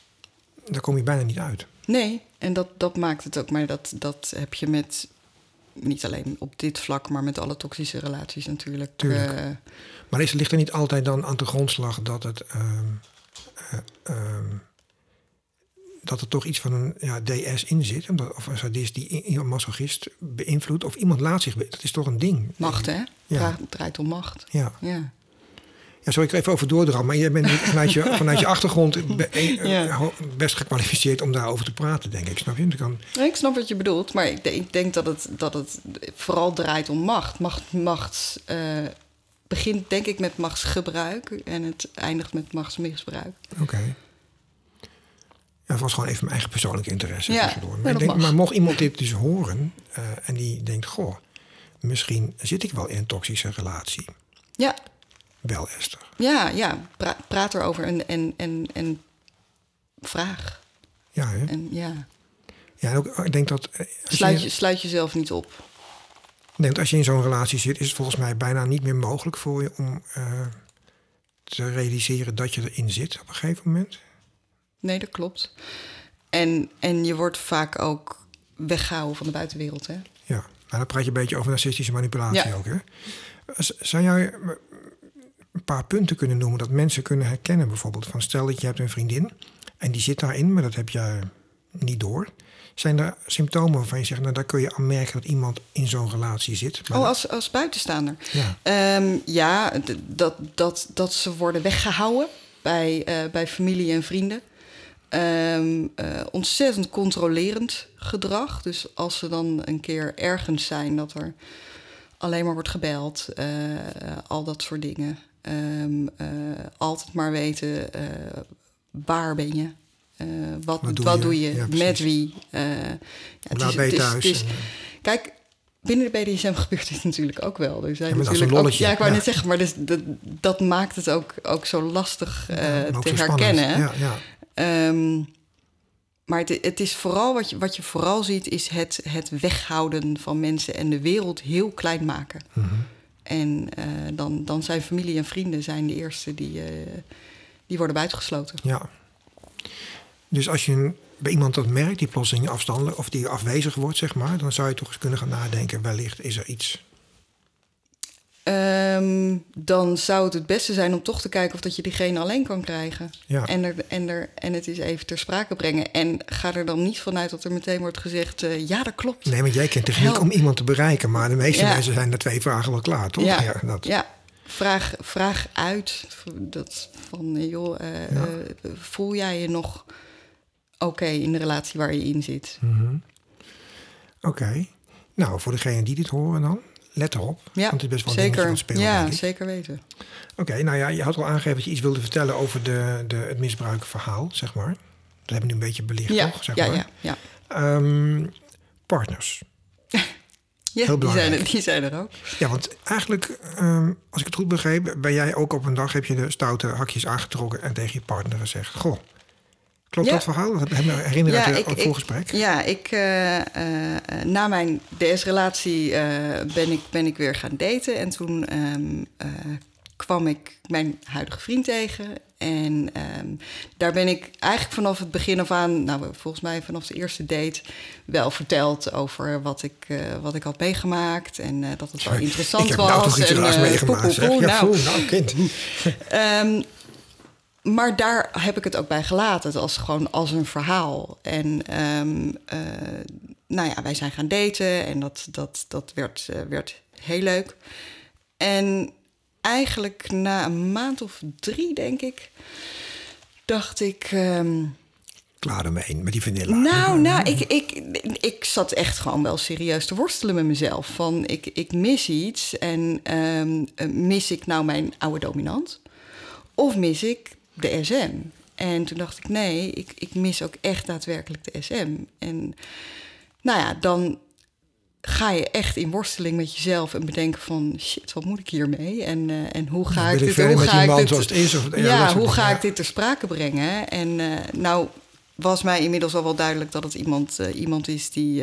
daar kom je bijna niet uit. Nee, en dat maakt het ook. Maar dat heb je met niet alleen op dit vlak, maar met alle toxische relaties natuurlijk. Tuurlijk. Maar ligt er niet altijd dan aan de grondslag dat het... dat er toch iets van een DS in zit, of een sadist die een masochist beïnvloedt, of iemand laat zich... Dat is toch een ding? Macht, hè? Ja. Het draait om macht. Ja. Sorry, ik er even over doordram, maar je bent vanuit je achtergrond best gekwalificeerd om daarover te praten, denk ik. Snap je? Ik snap wat je bedoelt, maar ik denk dat het vooral draait om macht. Macht begint denk ik met machtsgebruik en het eindigt met machtsmisbruik. Oké. Ja, dat was gewoon even mijn eigen persoonlijke interesse. Ja, maar mocht iemand dit dus horen en die denkt... goh, misschien zit ik wel in een toxische relatie. Ja. Wel, Esther. Ja. Praat erover en vraag. Ja, hè? Ja, en ook, ik denk dat... Sluit jezelf niet op. Ik denk dat als je in zo'n relatie zit... is het volgens mij bijna niet meer mogelijk voor je om te realiseren dat je erin zit op een gegeven moment. Nee, dat klopt. En je wordt vaak ook weggehouden van de buitenwereld, hè? Ja, maar dan praat je een beetje over narcistische manipulatie ook, hè? Zou jij een paar punten kunnen noemen dat mensen kunnen herkennen bijvoorbeeld? Van stel dat je hebt een vriendin en die zit daarin, maar dat heb je niet door. Zijn er symptomen waarvan je zegt, nou, daar kun je aan merken dat iemand in zo'n relatie zit? Maar als buitenstaander? Ja, dat ze worden weggehouden bij familie en vrienden. Ontzettend controlerend gedrag. Dus als ze dan een keer ergens zijn, dat er alleen maar wordt gebeld. Al dat soort dingen. Altijd maar weten, waar ben je? Wat doe je? Ja, met wie? Laat ben je thuis. Kijk, binnen de BDSM gebeurt dit natuurlijk ook wel. Er zijn maar dat is natuurlijk een lolletje. ook, ik wou net zeggen, maar dus dat maakt het ook zo lastig te zo herkennen. Ja. Maar het is vooral wat je vooral ziet, is het weghouden van mensen en de wereld heel klein maken. Mm-hmm. En dan zijn familie en vrienden zijn de eerste die worden buitengesloten. Ja. Dus als je bij iemand dat merkt, die plotseling afstandelijk of die afwezig wordt, zeg maar, dan zou je toch eens kunnen gaan nadenken, wellicht is er iets. Dan zou het beste zijn om toch te kijken of dat je diegene alleen kan krijgen. Ja. En het eens even ter sprake brengen. En ga er dan niet vanuit dat er meteen wordt gezegd, ja, dat klopt. Nee, want jij kent techniek om iemand te bereiken, maar de meeste mensen zijn na 2 vragen wel klaar, toch? Ja. Vraag uit dat van, joh, voel jij je nog oké in de relatie waar je in zit? Mm-hmm. Oké. Nou, voor degenen die dit horen dan, let erop. Ja, want het is best wel zeker. Wat spelen, ja, denk ik. Zeker weten. Oké, nou ja, je had al aangegeven dat je iets wilde vertellen over het misbruikverhaal, zeg maar. Dat hebben we nu een beetje belicht, toch? Zeg maar. Ja. Partners. Ja, heel belangrijk. Die zijn er ook. Ja, want eigenlijk, als ik het goed begreep, ben jij ook op een dag, heb je de stoute hakjes aangetrokken en tegen je partner gezegd, goh, klopt dat verhaal? Dat herinner ik uit het voorgesprek. Na mijn DS-relatie ben ik weer gaan daten. En toen kwam ik mijn huidige vriend tegen. En daar ben ik eigenlijk vanaf het begin af aan, nou, volgens mij vanaf de eerste date, wel verteld over wat ik had meegemaakt. En dat het wel interessant was. Ik heb nou toch iets raars meegemaakt. Nou, kind. Maar daar heb ik het ook bij gelaten, gewoon als een verhaal. En wij zijn gaan daten en dat werd heel leuk. En eigenlijk na een maand of 3, denk ik, dacht ik... klaar ermee met die vanilla. Ik zat echt gewoon wel serieus te worstelen met mezelf. Van, ik mis iets en mis ik nou mijn oude dominant? Of mis ik de SM? En toen dacht ik, nee, ik mis ook echt daadwerkelijk de SM. En nou ja, dan ga je echt in worsteling met jezelf en bedenken van, shit, wat moet ik hiermee? En hoe ga ik dit... Hoe ga ik dit ter sprake brengen? En nou was mij inmiddels al wel duidelijk dat het iemand is die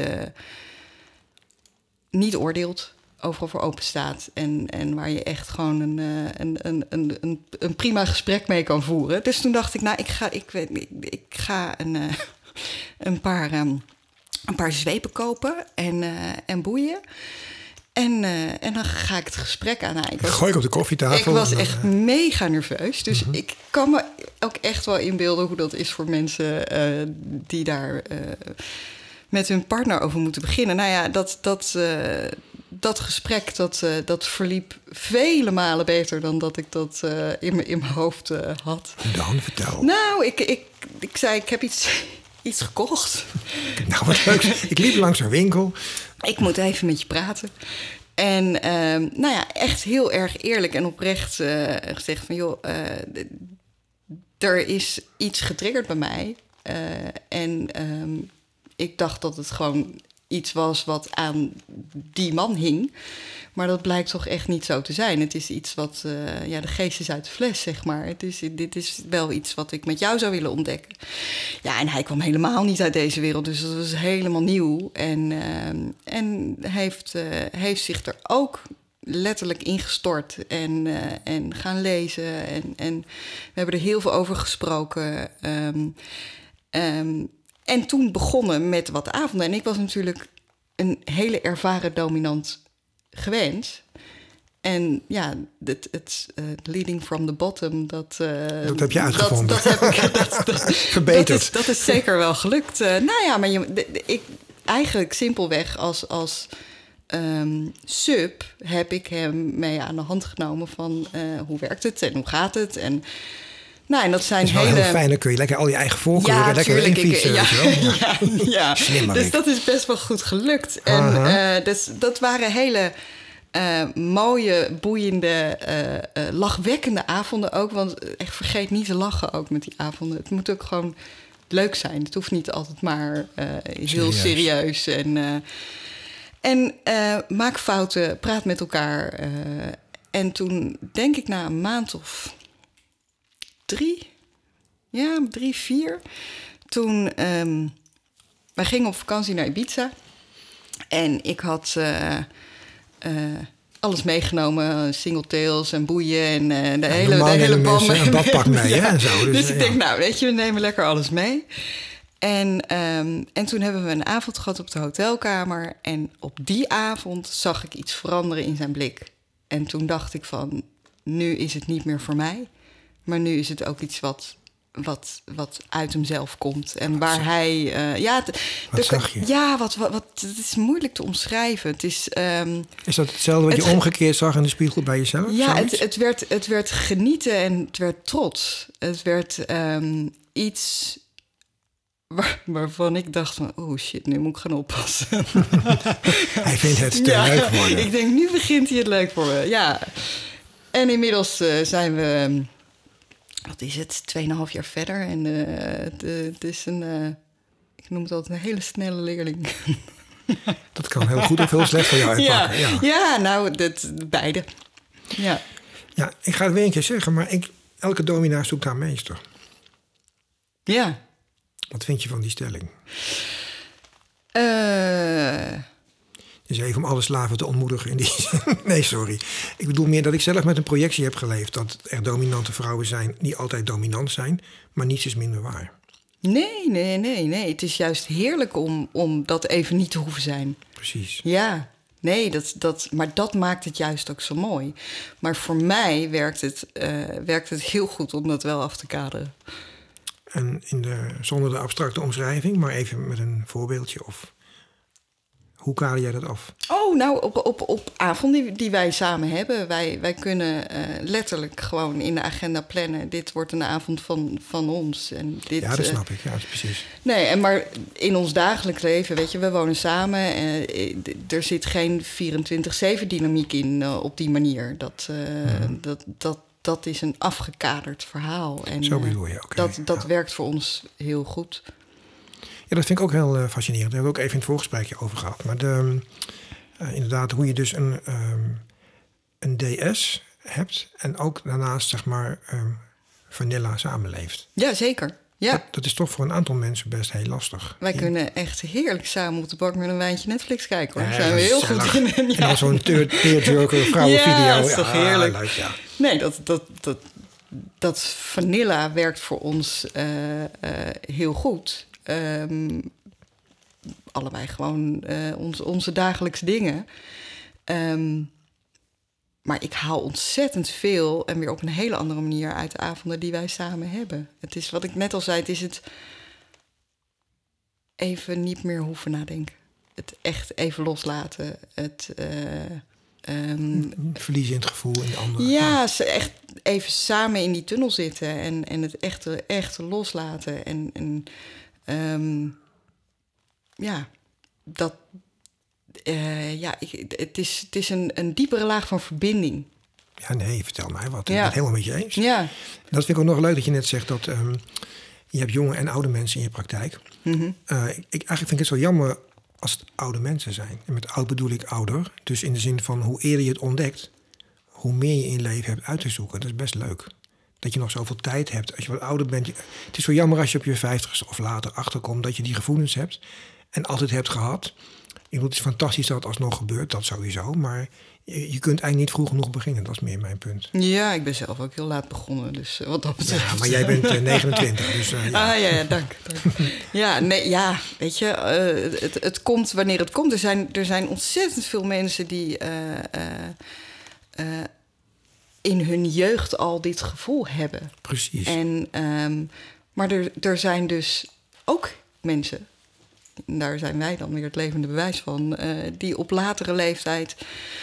niet oordeelt, overal voor open staat en waar je echt gewoon een prima gesprek mee kan voeren. Dus toen dacht ik, nou, ik ga een paar een paar zwepen kopen en boeien. En dan ga ik het gesprek aan. Gooi ik op de koffietafel. Ik was echt mega nerveus. Dus ik kan me ook echt wel inbeelden hoe dat is voor mensen die daar met hun partner over moeten beginnen. Nou ja, dat gesprek dat verliep vele malen beter dan dat ik dat in mijn hoofd had. Dan, vertel. Nou, ik zei, ik heb iets gekocht. Nou, wat leuk. Ik liep langs een winkel. Ik moet even met je praten. En nou ja, echt heel erg eerlijk en oprecht gezegd van... joh, er is iets getriggerd bij mij. En ik dacht dat het gewoon iets was wat aan die man hing. Maar dat blijkt toch echt niet zo te zijn. Het is iets wat... de geest is uit de fles, zeg maar. Dit is wel iets wat ik met jou zou willen ontdekken. Ja, en hij kwam helemaal niet uit deze wereld. Dus dat was helemaal nieuw. En heeft zich er ook letterlijk ingestort. En gaan lezen. En we hebben er heel veel over gesproken. En toen begonnen met wat avonden. En ik was natuurlijk een hele ervaren dominant gewend. En ja, het leading from the bottom, dat heb je uitgevonden. Dat heb ik verbeterd. Dat is zeker wel gelukt. Nou ja, maar eigenlijk simpelweg als sub heb ik hem mee aan de hand genomen van hoe werkt het en hoe gaat het en... Nou, en dat zijn is wel heel fijn, dan kun je lekker al je eigen voorkeuren lekker erin fietsen. Ja. Dus dat is best wel goed gelukt. En dus dat waren hele mooie, boeiende, lachwekkende avonden ook. Want echt vergeet niet te lachen ook met die avonden. Het moet ook gewoon leuk zijn. Het hoeft niet altijd maar heel serieus. En maak fouten, praat met elkaar. En toen denk ik na een maand of... 3, 4. Toen wij gingen op vakantie naar Ibiza. En ik had alles meegenomen. Singletails en boeien en de hele bal mee. Een badpak mee, hè? En zo, dus ik denk, nou, weet je, we nemen lekker alles mee. En toen hebben we een avond gehad op de hotelkamer. En op die avond zag ik iets veranderen in zijn blik. En toen dacht ik van, nu is het niet meer voor mij. Maar nu is het ook iets wat uit hemzelf komt. En waar hij... wat zag je? Ja, het is moeilijk te omschrijven. Het is... is dat hetzelfde wat je omgekeerd zag in de spiegel bij jezelf? Ja, het werd genieten en het werd trots. Het werd iets... waarvan ik dacht van, oh shit, nu moet ik gaan oppassen. Hij vindt het te leuk worden. Ik denk, nu begint hij het leuk voor me. Ja. En inmiddels zijn we... Wat is het? 2,5 jaar verder. En het is ik noem het altijd een hele snelle leerling. Dat kan heel goed of heel slecht voor jou uitpakken. Ja, nou, beide. Ja. Ja, ik ga het weer een keer zeggen, maar elke dominaar zoekt haar meester. Ja. Wat vind je van die stelling? Dus even om alle slaven te ontmoedigen in die zin. Nee, sorry. Ik bedoel meer dat ik zelf met een projectie heb geleefd... dat er dominante vrouwen zijn die altijd dominant zijn... maar niets is minder waar. Nee. Het is juist heerlijk om dat even niet te hoeven zijn. Precies. Ja, nee, maar dat maakt het juist ook zo mooi. Maar voor mij werkt het heel goed om dat wel af te kaderen. En zonder de abstracte omschrijving, maar even met een voorbeeldje of... Hoe kader jij dat af? Oh, nou, op avonden die wij samen hebben. Wij kunnen letterlijk gewoon in de agenda plannen. Dit wordt een avond van ons. En dit, ja, dat snap ik. Ja, precies. Nee, maar in ons dagelijks leven, weet je, we wonen samen. Er zit geen 24/7 dynamiek in op die manier. Dat is een afgekaderd verhaal. En, zo bedoel je ook. Dat werkt voor ons heel goed. Ja, dat vind ik ook heel fascinerend. Daar hebben we ook even in het voorgesprekje over gehad. Maar inderdaad, hoe je dus een DS hebt... en ook daarnaast, zeg maar, vanilla samenleeft. Ja, zeker. Ja. Dat is toch voor een aantal mensen best heel lastig. Wij kunnen echt heerlijk samen op de bank met een wijntje Netflix kijken, hoor. Daar zijn we heel goed in. En dan zo'n tearjerker vrouwenvideo. Ja, dat is toch heerlijk. Leuk, ja. Nee, dat vanilla werkt voor ons heel goed. allebei gewoon onze dagelijkse dingen. Maar ik haal ontzettend veel en weer op een hele andere manier uit de avonden die wij samen hebben. Het is wat ik net al zei, het is het even niet meer hoeven nadenken. Het echt even loslaten. Het verliezen in het gevoel in de andere. Ja, echt even samen in die tunnel zitten en het echt loslaten. Het is een diepere laag van verbinding. Ja, nee, vertel mij wat. Ik ben het helemaal met je eens. Ja. Dat vind ik ook nog leuk dat je net zegt dat je hebt jonge en oude mensen in je praktijk. Mm-hmm. Eigenlijk vind ik het zo jammer als het oude mensen zijn. En met oud bedoel ik ouder. Dus in de zin van hoe eerder je het ontdekt, hoe meer je in je leven hebt uit te zoeken. Dat is best leuk. Dat je nog zoveel tijd hebt. Als je wat ouder bent. Het is zo jammer als je op je 50 of later achterkomt dat je die gevoelens hebt. En altijd hebt gehad. Ik bedoel, het is fantastisch dat het alsnog gebeurt. Dat sowieso. Maar je kunt eigenlijk niet vroeg genoeg beginnen. Dat is meer mijn punt. Ja, ik ben zelf ook heel laat begonnen. Dus wat dat betreft. Ja, maar jij bent 29. Dus, ja. Ja, dank. Weet je, het komt wanneer het komt. Er zijn ontzettend veel mensen die in hun jeugd al dit gevoel hebben. Precies. Maar er zijn dus ook mensen, en daar zijn wij dan weer het levende bewijs van, die op latere leeftijd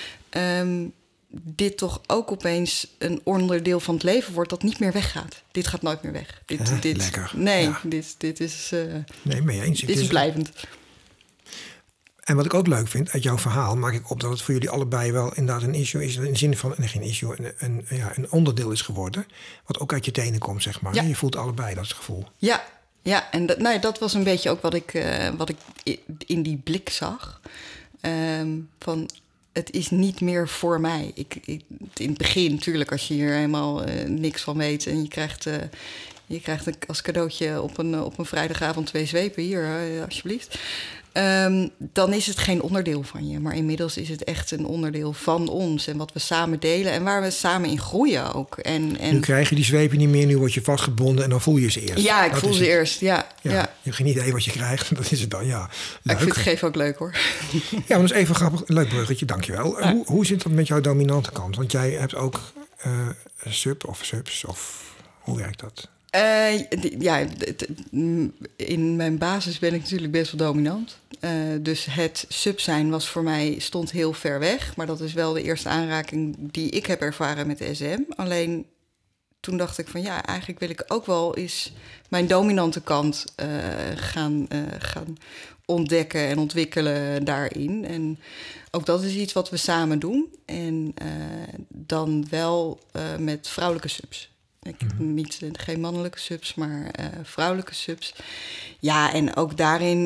dit toch ook opeens een onderdeel van het leven wordt dat niet meer weggaat. Dit gaat nooit meer weg. Dit lekker. Nee, ja. dit is... nee, mee eens. Dit is blijvend. En wat ik ook leuk vind, uit jouw verhaal maak ik op dat het voor jullie allebei wel inderdaad een issue is. In de zin van, geen issue, een onderdeel is geworden. Wat ook uit je tenen komt, zeg maar. Ja. Je voelt allebei dat gevoel. Ja, en dat was een beetje ook wat ik in die blik zag. Van, het is niet meer voor mij. In het begin, natuurlijk, als je hier helemaal niks van weet en je krijgt als cadeautje op een vrijdagavond 2 zwepen, hier, alsjeblieft. Dan is het geen onderdeel van je. Maar inmiddels is het echt een onderdeel van ons. En wat we samen delen en waar we samen in groeien ook. En nu krijg je die zwepen niet meer, nu word je vastgebonden en dan voel je ze eerst. Ja, ik voel ze eerst, ja. Je hebt geen idee wat je krijgt, dat is het dan, ja. Leuk. Ik vind het geven ook leuk, hoor. Ja, maar dat is even grappig. Leuk bruggetje, dankjewel. Ja. Hoe zit dat met jouw dominante kant? Want jij hebt ook sub of subs, of hoe werkt dat? In mijn basis ben ik natuurlijk best wel dominant. Dus het sub zijn stond heel ver weg. Maar dat is wel de eerste aanraking die ik heb ervaren met de SM. Alleen toen dacht ik van eigenlijk wil ik ook wel eens mijn dominante kant gaan ontdekken en ontwikkelen daarin. En ook dat is iets wat we samen doen. En dan wel met vrouwelijke subs. Geen mannelijke subs, maar vrouwelijke subs. Ja, en ook daarin...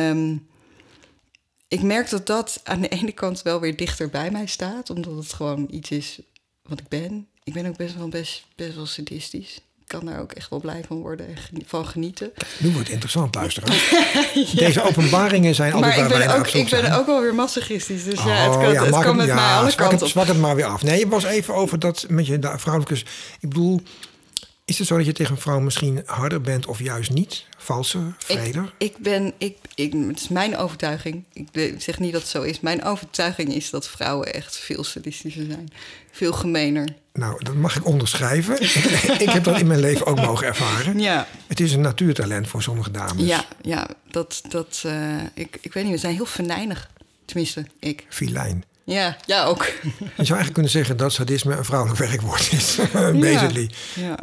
ik merk dat aan de ene kant wel weer dichter bij mij staat. Omdat het gewoon iets is wat ik ben. Ik ben ook best wel sadistisch. Ik kan daar ook echt wel blij van worden en van genieten. Nu wordt het interessant, luisteren. Ja. Deze openbaringen zijn altijd waar wij naar op zoek zijn. Ik ben ook wel weer masochistisch. Dus het kan met mij alle kanten op. Zwak het maar weer af. Nee, je was even over dat met je vrouwelijke... Ik bedoel, is het zo dat je tegen een vrouw misschien harder bent of juist niet? Valser, vreder? Het is mijn overtuiging. Ik zeg niet dat het zo is. Mijn overtuiging is dat vrouwen echt veel sadistischer zijn. Veel gemener. Nou, dat mag ik onderschrijven. Ik heb dat in mijn leven ook mogen ervaren. Ja. Het is een natuurtalent voor sommige dames. Ja, ik weet niet, we zijn heel venijnig. Tenminste, ik. Filijn. Ja, ook. Je zou eigenlijk kunnen zeggen dat sadisme een vrouwelijk werkwoord is. Basically. Ja.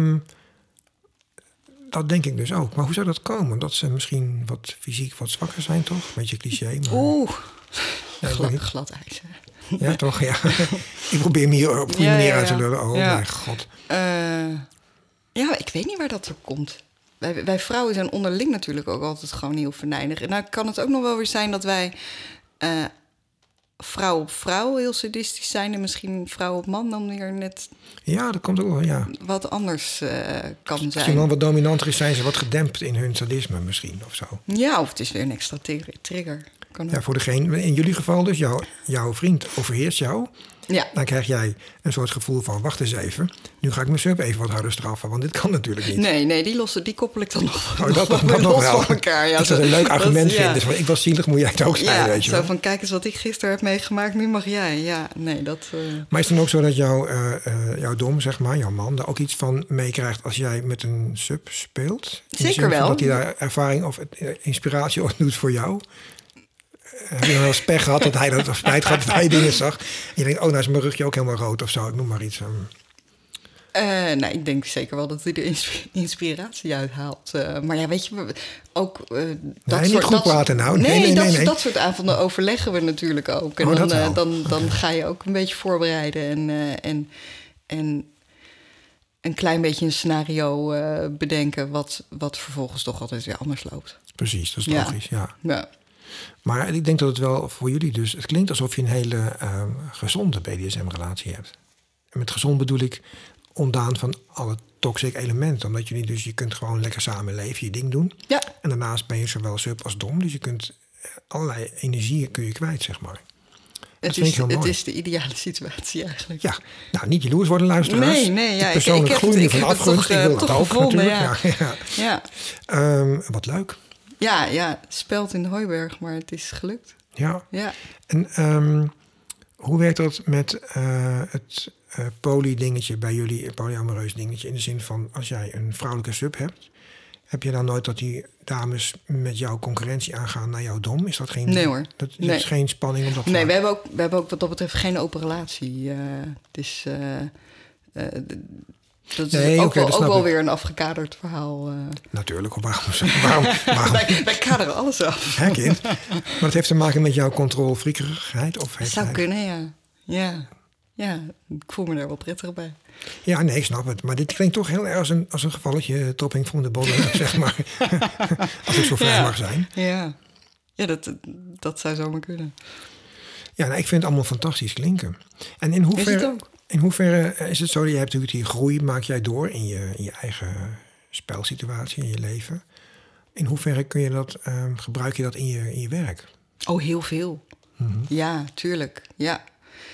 Dat denk ik dus ook. Maar hoe zou dat komen? Dat ze misschien fysiek wat zwakker zijn, toch? Een beetje cliché. Maar... Oeh, glad ijs. Ja, toch? Ja. Ik probeer me hier op goede manier uit te lullen. Oh, mijn god. Ik weet niet waar dat door komt. Wij vrouwen zijn onderling natuurlijk ook altijd gewoon heel venijnig. En nou kan het ook nog wel weer zijn dat wij... vrouw op vrouw heel sadistisch zijn... en misschien vrouw op man dan weer net... Ja, dat komt ook wel, ja. Wat anders kan zijn. Misschien wel wat dominanter is, zijn ze wat gedempt in hun sadisme misschien, of zo. Ja, of het is weer een extra trigger. Ja, voor degene, in jullie geval dus, jouw vriend overheerst jou. Ja. Dan krijg jij een soort gevoel van, wacht eens even. Nu ga ik mijn sub even wat harder straffen, want dit kan natuurlijk niet. Nee, die koppel ik dan nog, dat nog nog wel. van elkaar. Ja, dat is een leuk argument ja. vinden. Dus van, ik was zielig, moet jij het ook zijn, weet je zo wel. van, kijk eens wat ik gisteren heb meegemaakt, nu mag jij. Ja, nee, dat... Maar is het dan ook zo dat jouw dom, zeg maar, jouw man, daar ook iets van meekrijgt als jij met een sub speelt? Zeker wel. Dat hij daar ervaring of inspiratie op doet voor jou? Heb je dan wel eens pech gehad dat hij dat of spijt gehad dat hij dingen zag? En je denkt, nou is mijn rugje ook helemaal rood of zo. Ik noem maar iets. Nee, ik denk zeker wel dat hij er inspiratie uit haalt. Maar ja, weet je, ook... niet goed praten nou. Nee. Dat soort avonden overleggen we natuurlijk ook. En dan ga je ook een beetje voorbereiden en een klein beetje een scenario bedenken... wat vervolgens toch altijd weer anders loopt. Precies, dat is logisch, ja. Maar ik denk dat het wel voor jullie dus... Het klinkt alsof je een hele gezonde BDSM-relatie hebt. En met gezond bedoel ik ontdaan van alle toxic elementen. Omdat jullie dus, je kunt gewoon lekker samen leven, je ding doen. Ja. En daarnaast ben je zowel sub als dom. Dus je kunt allerlei energieën kun je kwijt, zeg maar. Het is de ideale situatie eigenlijk. Ja, nou niet jaloers worden luisteraars. Nee. Ja, persoonlijk groeien van afgunst. Ik wil dat ook gevonden, natuurlijk. Ja. Wat leuk. Ja, speld in de hooiberg, maar het is gelukt. Ja. En hoe werkt dat met het poly-dingetje bij jullie, polyamoreus dingetje? In de zin van, als jij een vrouwelijke sub hebt, heb je dan nooit dat die dames met jouw concurrentie aangaan naar jouw dom? Is dat geen... Nee hoor. Dat is geen spanning om dat te Nee, we hebben ook wat dat betreft geen open relatie. Het is... dat is ook wel weer een afgekaderd verhaal. Natuurlijk, waarom? Wij kaderen alles af. Hè, kind? Maar dat heeft te maken met jouw controlfriekerigheid? Of dat zou kunnen, ja. Ja, ik voel me daar wel prettig bij. Ja, nee, ik snap het. Maar dit klinkt toch heel erg als een gevalletje topping van de bodem, zeg maar. Als ik zo vrij mag zijn. Ja, dat zou zomaar kunnen. Ja, nou, ik vind het allemaal fantastisch klinken. En in hoeverre is het zo dat je hebt natuurlijk die groei, maak jij door in je eigen spelsituatie, in je leven. In hoeverre kun je dat, gebruik je dat in je werk? Oh, heel veel. Mm-hmm. Ja, tuurlijk. Ja.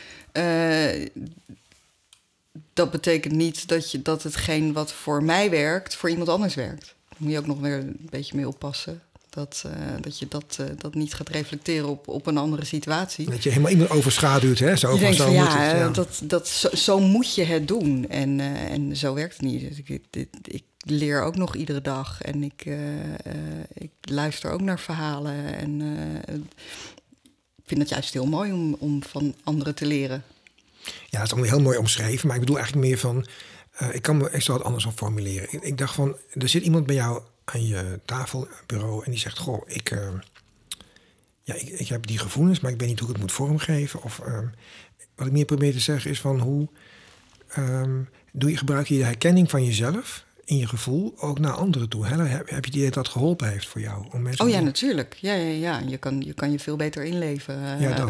Dat betekent niet dat hetgeen wat voor mij werkt, voor iemand anders werkt. Daar moet je ook nog weer een beetje mee oppassen. Dat je dat niet gaat reflecteren op een andere situatie. Dat je helemaal iemand overschaduwt, hè? Zo, je denkt zo van zo moet je het doen. En zo werkt het niet. Dus ik leer ook nog iedere dag. En ik luister ook naar verhalen. En ik vind het juist heel mooi om van anderen te leren. Ja, dat is allemaal heel mooi omschreven. Maar ik bedoel eigenlijk meer van... ik zal het anders op formuleren. Ik dacht van, er zit iemand bij jou aan je tafelbureau en die zegt... Goh, ik heb die gevoelens, maar ik weet niet hoe ik het moet vormgeven. Of wat ik meer probeer te zeggen is van hoe... gebruik je de herkenning van jezelf in je gevoel ook naar anderen toe? Hè? Heb je het idee dat dat geholpen heeft voor jou? Om mensen natuurlijk. Ja. Je kan je veel beter inleven.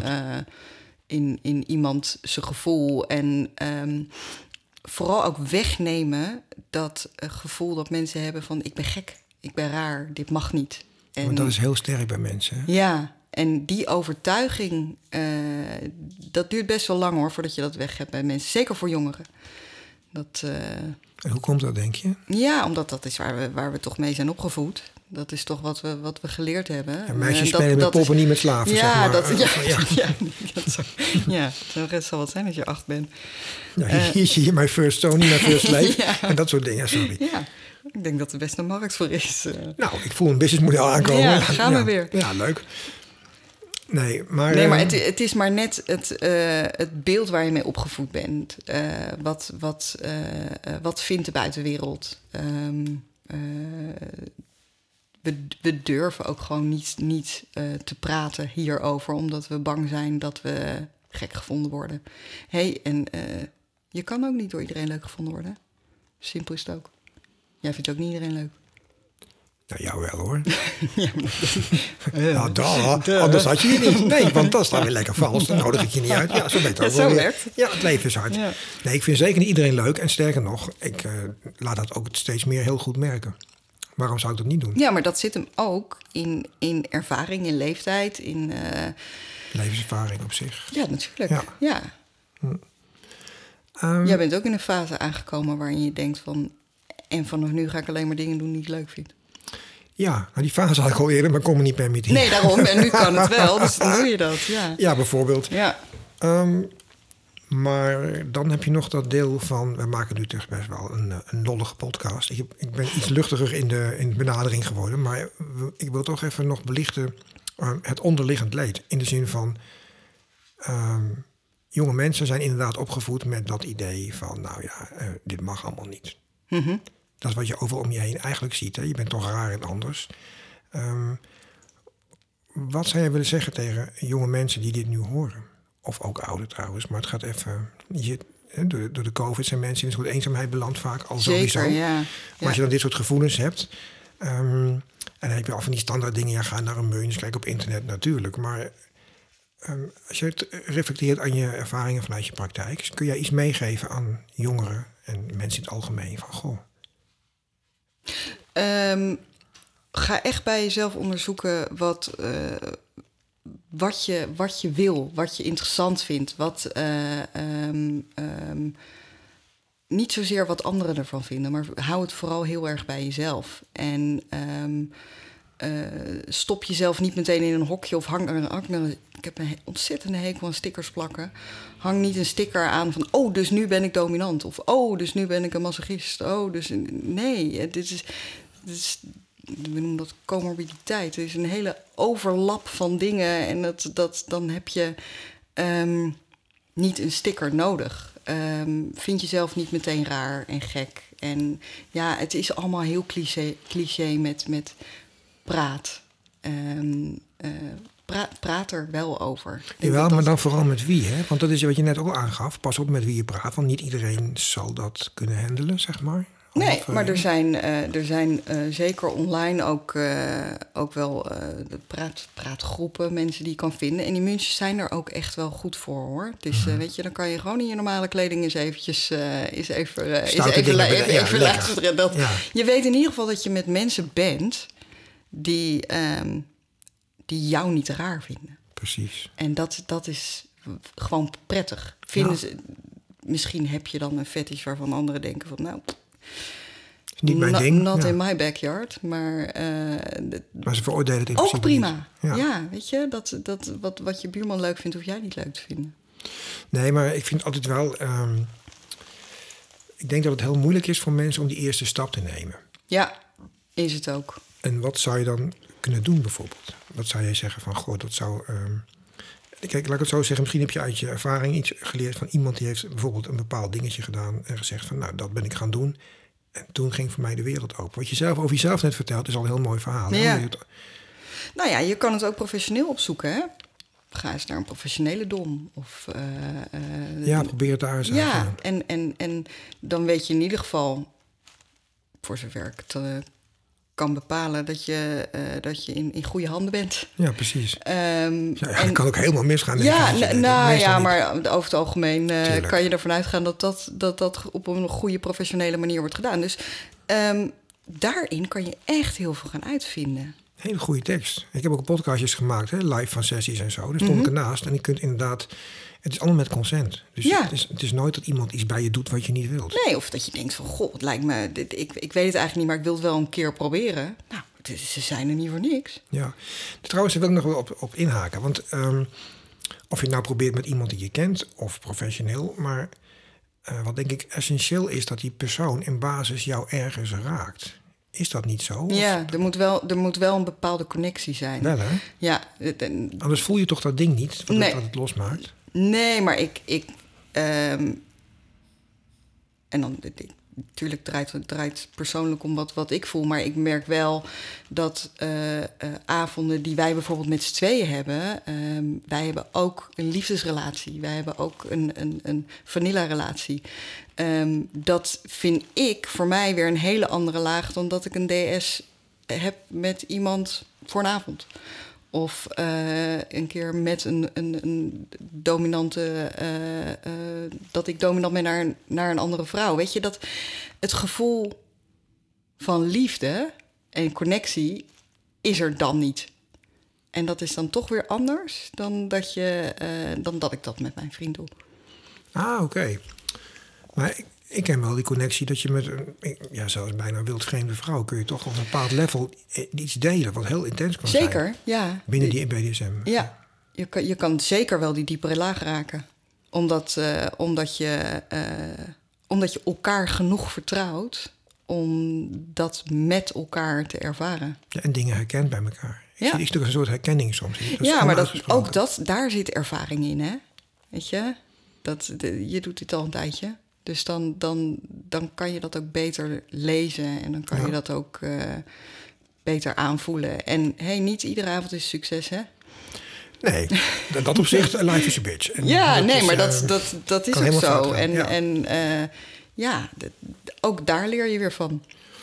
In iemand zijn gevoel. En vooral ook wegnemen dat gevoel dat mensen hebben van... ik ben gek, ik ben raar, dit mag niet. Want dat is heel sterk bij mensen. Hè? Ja, en die overtuiging... dat duurt best wel lang hoor, voordat je dat weg hebt bij mensen. Zeker voor jongeren. En hoe komt dat, denk je? Ja, omdat dat is waar we toch mee zijn opgevoed. Dat is toch wat we geleerd hebben. Ja, meisjes spelen met poppen, niet met slaven, zeg maar. Het zal wat zijn als je 8 bent. Hier, my first Tony, my first slave. En dat soort dingen, sorry. Ja, ik denk dat er best een markt voor is. Nou, ik voel een businessmodel aankomen. Ja, gaan we weer. Ja, leuk. Nee, maar het is maar net het beeld waar je mee opgevoed bent. Wat vindt de buitenwereld? We durven ook gewoon niet te praten hierover... omdat we bang zijn dat we gek gevonden worden. Je kan ook niet door iedereen leuk gevonden worden. Simpel is het ook. Jij vindt ook niet iedereen leuk. Nou, jou wel hoor. Anders had je je niet. Nee, want dat staat weer lekker vals. Dan nodig ik je niet uit. Ja, zo weet het ook wel weer. Ja, het leven is hard. Ja. Nee, ik vind zeker niet iedereen leuk. En sterker nog, ik laat dat ook steeds meer heel goed merken. Waarom zou ik dat niet doen? Ja, maar dat zit hem ook in ervaring, in leeftijd, in... levenservaring op zich. Ja, natuurlijk. Ja. Jij bent ook in een fase aangekomen waarin je denkt van... en vanaf nu ga ik alleen maar dingen doen die ik leuk vind. Ja, nou die fase had ik al eerder, maar kon me niet permitteren. Nee, daarom. En nu kan het wel, dus dan doe je dat. Ja, bijvoorbeeld. Ja. Maar dan heb je nog dat deel van... we maken nu toch best wel een lollige podcast. Ik ben iets luchtiger in de benadering geworden... maar ik wil toch even nog belichten het onderliggend leed. In de zin van... jonge mensen zijn inderdaad opgevoed met dat idee van... nou ja, dit mag allemaal niet. Mm-hmm. Dat is wat je overal om je heen eigenlijk ziet. Hè? Je bent toch raar en anders. Wat zou jij willen zeggen tegen jonge mensen die dit nu horen? Of ook ouder trouwens, maar het gaat even... Door de COVID zijn mensen in een soort eenzaamheid beland vaak al sowieso. Zeker, ja. Maar als je dan dit soort gevoelens hebt... en dan heb je al van die standaard dingen... ja, ga naar een meus, kijk op internet natuurlijk. Maar als je het reflecteert aan je ervaringen vanuit je praktijk... kun jij iets meegeven aan jongeren en mensen in het algemeen van... goh. Ga echt bij jezelf onderzoeken wat je wil, wat je interessant vindt. Niet zozeer wat anderen ervan vinden, maar hou het vooral heel erg bij jezelf. En stop jezelf niet meteen in een hokje of hang er. Ik heb een ontzettende hekel aan stickers plakken. Hang niet een sticker aan van... oh, dus nu ben ik dominant. Of oh, dus nu ben ik een masochist. Oh, dus... Nee, dit is we noemen dat comorbiditeit. Het is een hele overlap van dingen... en dan heb je niet een sticker nodig. Vind jezelf niet meteen raar en gek. En ja, het is allemaal heel cliché met praat. Praat er wel over. Jawel, maar dan vooral met wie, hè? Want dat is wat je net ook al aangaf. Pas op met wie je praat, want niet iedereen zal dat kunnen handelen, zeg maar. Nee, maar er zijn zeker online ook wel praatgroepen, mensen die je kan vinden. En die muntjes zijn er ook echt wel goed voor, hoor. Dus weet je, dan kan je gewoon in je normale kleding eens eventjes even luisteren. Je weet in ieder geval dat je met mensen bent die jou niet raar vinden. Precies. En dat is gewoon prettig. Misschien heb je dan een fetish waarvan anderen denken van... nou, niet mijn ding. Not in my backyard, maar ze veroordelen het in ook principe prima. niet. Ja, weet je, wat je buurman leuk vindt... hoef jij niet leuk te vinden. Nee, maar ik vind altijd wel... ik denk dat het heel moeilijk is voor mensen om die eerste stap te nemen. Ja, is het ook. En wat zou je dan kunnen doen bijvoorbeeld? Wat zou jij zeggen van, goh, dat zou... Kijk, laat ik het zo zeggen. Misschien heb je uit je ervaring iets geleerd van iemand... die heeft bijvoorbeeld een bepaald dingetje gedaan... en gezegd van, nou, dat ben ik gaan doen. En toen ging voor mij de wereld open. Wat je zelf over jezelf net vertelt, is al een heel mooi verhaal. Ja. Nou ja, je kan het ook professioneel opzoeken, hè? Ga eens naar een professionele dom. Of, probeer het daar eens uit. Ja, en dan weet je in ieder geval... voor zover ik het kan bepalen... dat je in goede handen bent. Ja, precies. Het kan ook helemaal misgaan. Maar over het algemeen kan je ervan uitgaan... dat op een goede professionele manier wordt gedaan. Dus daarin kan je echt heel veel gaan uitvinden. Hele goede tekst. Ik heb ook podcastjes gemaakt, hè, live van sessies en zo. Daar stond ik ernaast. En je kunt inderdaad... Het is allemaal met consent. Dus het is nooit dat iemand iets bij je doet wat je niet wilt. Nee, of dat je denkt van... goh, het lijkt me... Ik weet het eigenlijk niet, maar ik wil het wel een keer proberen. Nou, ze zijn er niet voor niks. Ja. Trouwens, daar wil ik nog wel op inhaken. Want of je het nou probeert met iemand die je kent... of professioneel... maar wat denk ik essentieel is... dat die persoon in basis jou ergens raakt... Is dat niet zo? Ja, er moet wel een bepaalde connectie zijn. Wel, hè? Ja. Anders voel je toch dat ding niet, wat het losmaakt? Nee, maar en dan, natuurlijk draait persoonlijk om wat ik voel... maar ik merk wel dat avonden die wij bijvoorbeeld met z'n tweeën hebben... wij hebben ook een liefdesrelatie. Wij hebben ook een vanilla-relatie. Dat vind ik voor mij weer een hele andere laag... dan dat ik een DS heb met iemand voor een avond. Of een keer met een dominante... dat ik dominant ben naar een andere vrouw. Weet je, dat het gevoel van liefde en connectie is er dan niet. En dat is dan toch weer anders dan dat ik dat met mijn vriend doe. Oké. Maar ik ken wel die connectie dat je met zelfs bijna wildvreemde vrouw kun je toch op een bepaald level iets delen wat heel intens kan zijn. Zeker, ja. Binnen die BDSM. Ja, je kan zeker wel die diepere laag raken. Omdat je elkaar genoeg vertrouwt om dat met elkaar te ervaren. Ja, en dingen herkent bij elkaar. Ja. Is toch een soort herkenning soms. Maar daar zit ervaring in, hè? Weet je? Je doet dit al een tijdje. Dus dan kan je dat ook beter lezen. En dan kan je dat ook beter aanvoelen. En niet iedere avond is succes, hè? Nee, dat op zich, life is a bitch. En dat is ook zo. Ook daar leer je weer van.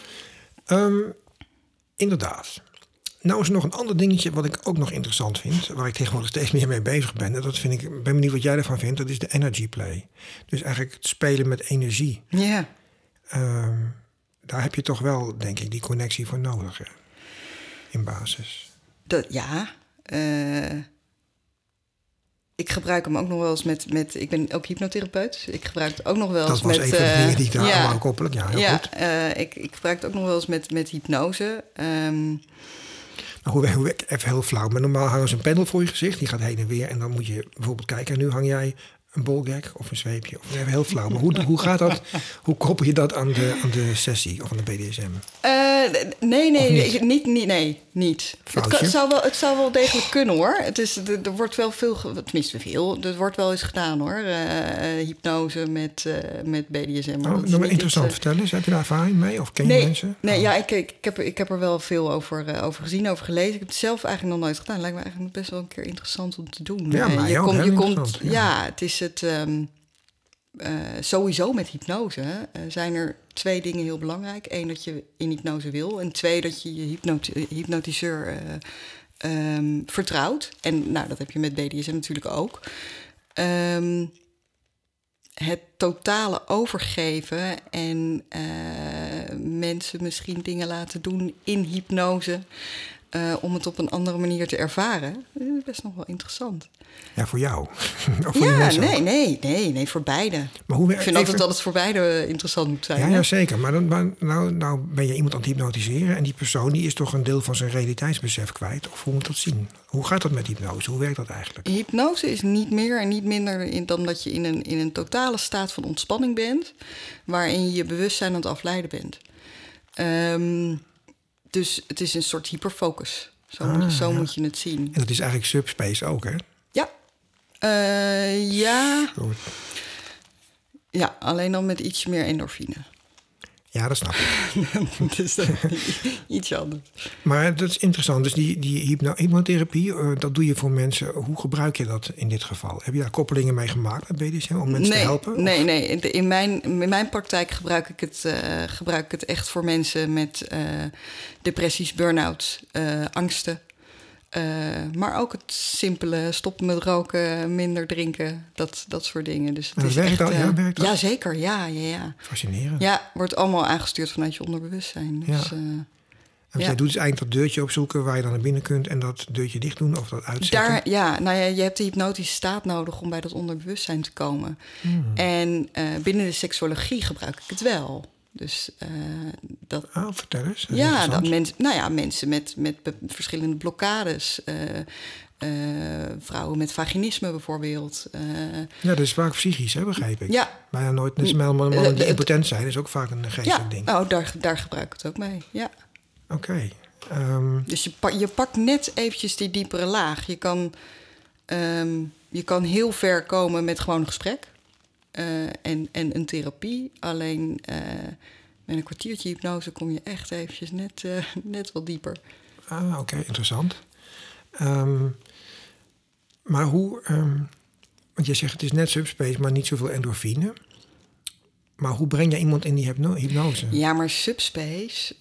Inderdaad. Nou is er nog een ander dingetje wat ik ook nog interessant vind, waar ik tegenwoordig steeds meer mee bezig ben. En dat vind ik, ben benieuwd wat jij ervan vindt. Dat is de energy play. Dus eigenlijk het spelen met energie. Ja. Daar heb je toch wel, denk ik, die connectie voor nodig. Hè? In basis. Ik gebruik hem ook nog wel eens met ik ben ook hypnotherapeut. Ik gebruik het ook nog wel eens met... Dat was een van de dingen die ik daar allemaal koppelen. Ja, heel goed. Ik gebruik het ook nog wel eens met hypnose. Even heel flauw. Maar normaal hangen ze een pendel voor je gezicht. Die gaat heen en weer. En dan moet je bijvoorbeeld kijken. En nu hang jij een bolgek of een zweepje. Of even heel flauw. Maar hoe gaat dat? Hoe koppel je dat aan de sessie of aan de BDSM? Niet. Het zou wel degelijk kunnen, hoor. Er wordt wel tenminste veel. Er wordt wel eens gedaan, hoor. Hypnose met BDSM. Maar interessant, vertel eens. Heb je daar ervaring mee? Of ken je mensen? Nee, ik heb er wel veel over gezien, over gelezen. Ik heb het zelf eigenlijk nog nooit gedaan. Lijkt me eigenlijk best wel een keer interessant om te doen. Ja, maar het is het... sowieso met hypnose zijn er 2 dingen heel belangrijk. 1, dat je in hypnose wil. En 2, dat je je hypnotiseur vertrouwt. En dat heb je met BDSM natuurlijk ook. Het totale overgeven en mensen misschien dingen laten doen in hypnose... om het op een andere manier te ervaren, dat is best nog wel interessant. Ja, voor jou? Of voor nee, voor beide. Maar hoe ik vind altijd dat het voor beide interessant moet zijn. Ja, zeker. Maar nou ben je iemand aan het hypnotiseren... en die persoon die is toch een deel van zijn realiteitsbesef kwijt? Of hoe moet dat zien? Hoe gaat dat met hypnose? Hoe werkt dat eigenlijk? Hypnose is niet meer en niet minder dan dat je in een totale staat van ontspanning bent... waarin je je bewustzijn aan het afleiden bent. Dus het is een soort hyperfocus. Zo moet je het zien. En dat is eigenlijk subspace ook, hè? Ja. Ja. Ja, alleen dan met iets meer endorfine. Ja, dat snap ik. Dus dat iets anders. Maar dat is interessant. Dus die hypnotherapie, dat doe je voor mensen. Hoe gebruik je dat in dit geval? Heb je daar koppelingen mee gemaakt met BDSM om mensen te helpen? Nee. In mijn praktijk gebruik ik het echt voor mensen met depressies, burn-outs, angsten. Maar ook het simpele stoppen met roken, minder drinken, dat soort dingen. Dus het is werkt echt, werkt dat? Ja, zeker. Ja. Fascinerend. Ja, wordt allemaal aangestuurd vanuit je onderbewustzijn. Dus, en wat jij doet is eigenlijk dat deurtje opzoeken waar je dan naar binnen kunt... en dat deurtje dicht doen of dat uitzetten? Je hebt de hypnotische staat nodig om bij dat onderbewustzijn te komen. En binnen de seksologie gebruik ik het wel. Dus dat... vertel eens. Mensen met verschillende blokkades. Vrouwen met vaginisme bijvoorbeeld. Dat is vaak psychisch, hè, begrijp ik. Ja. Maar nooit net mannen die impotent zijn, is ook vaak een geestelijk ding. Ja, daar gebruik ik het ook mee, ja. Oké. Dus je pakt net eventjes die diepere laag. Je kan heel ver komen met gewoon een gesprek. En een therapie. Alleen met een kwartiertje hypnose kom je echt eventjes net wat dieper. Oké, interessant. Maar hoe... want je zegt het is net subspace, maar niet zoveel endorfine. Maar hoe breng je iemand in die hypnose? Ja, maar subspace...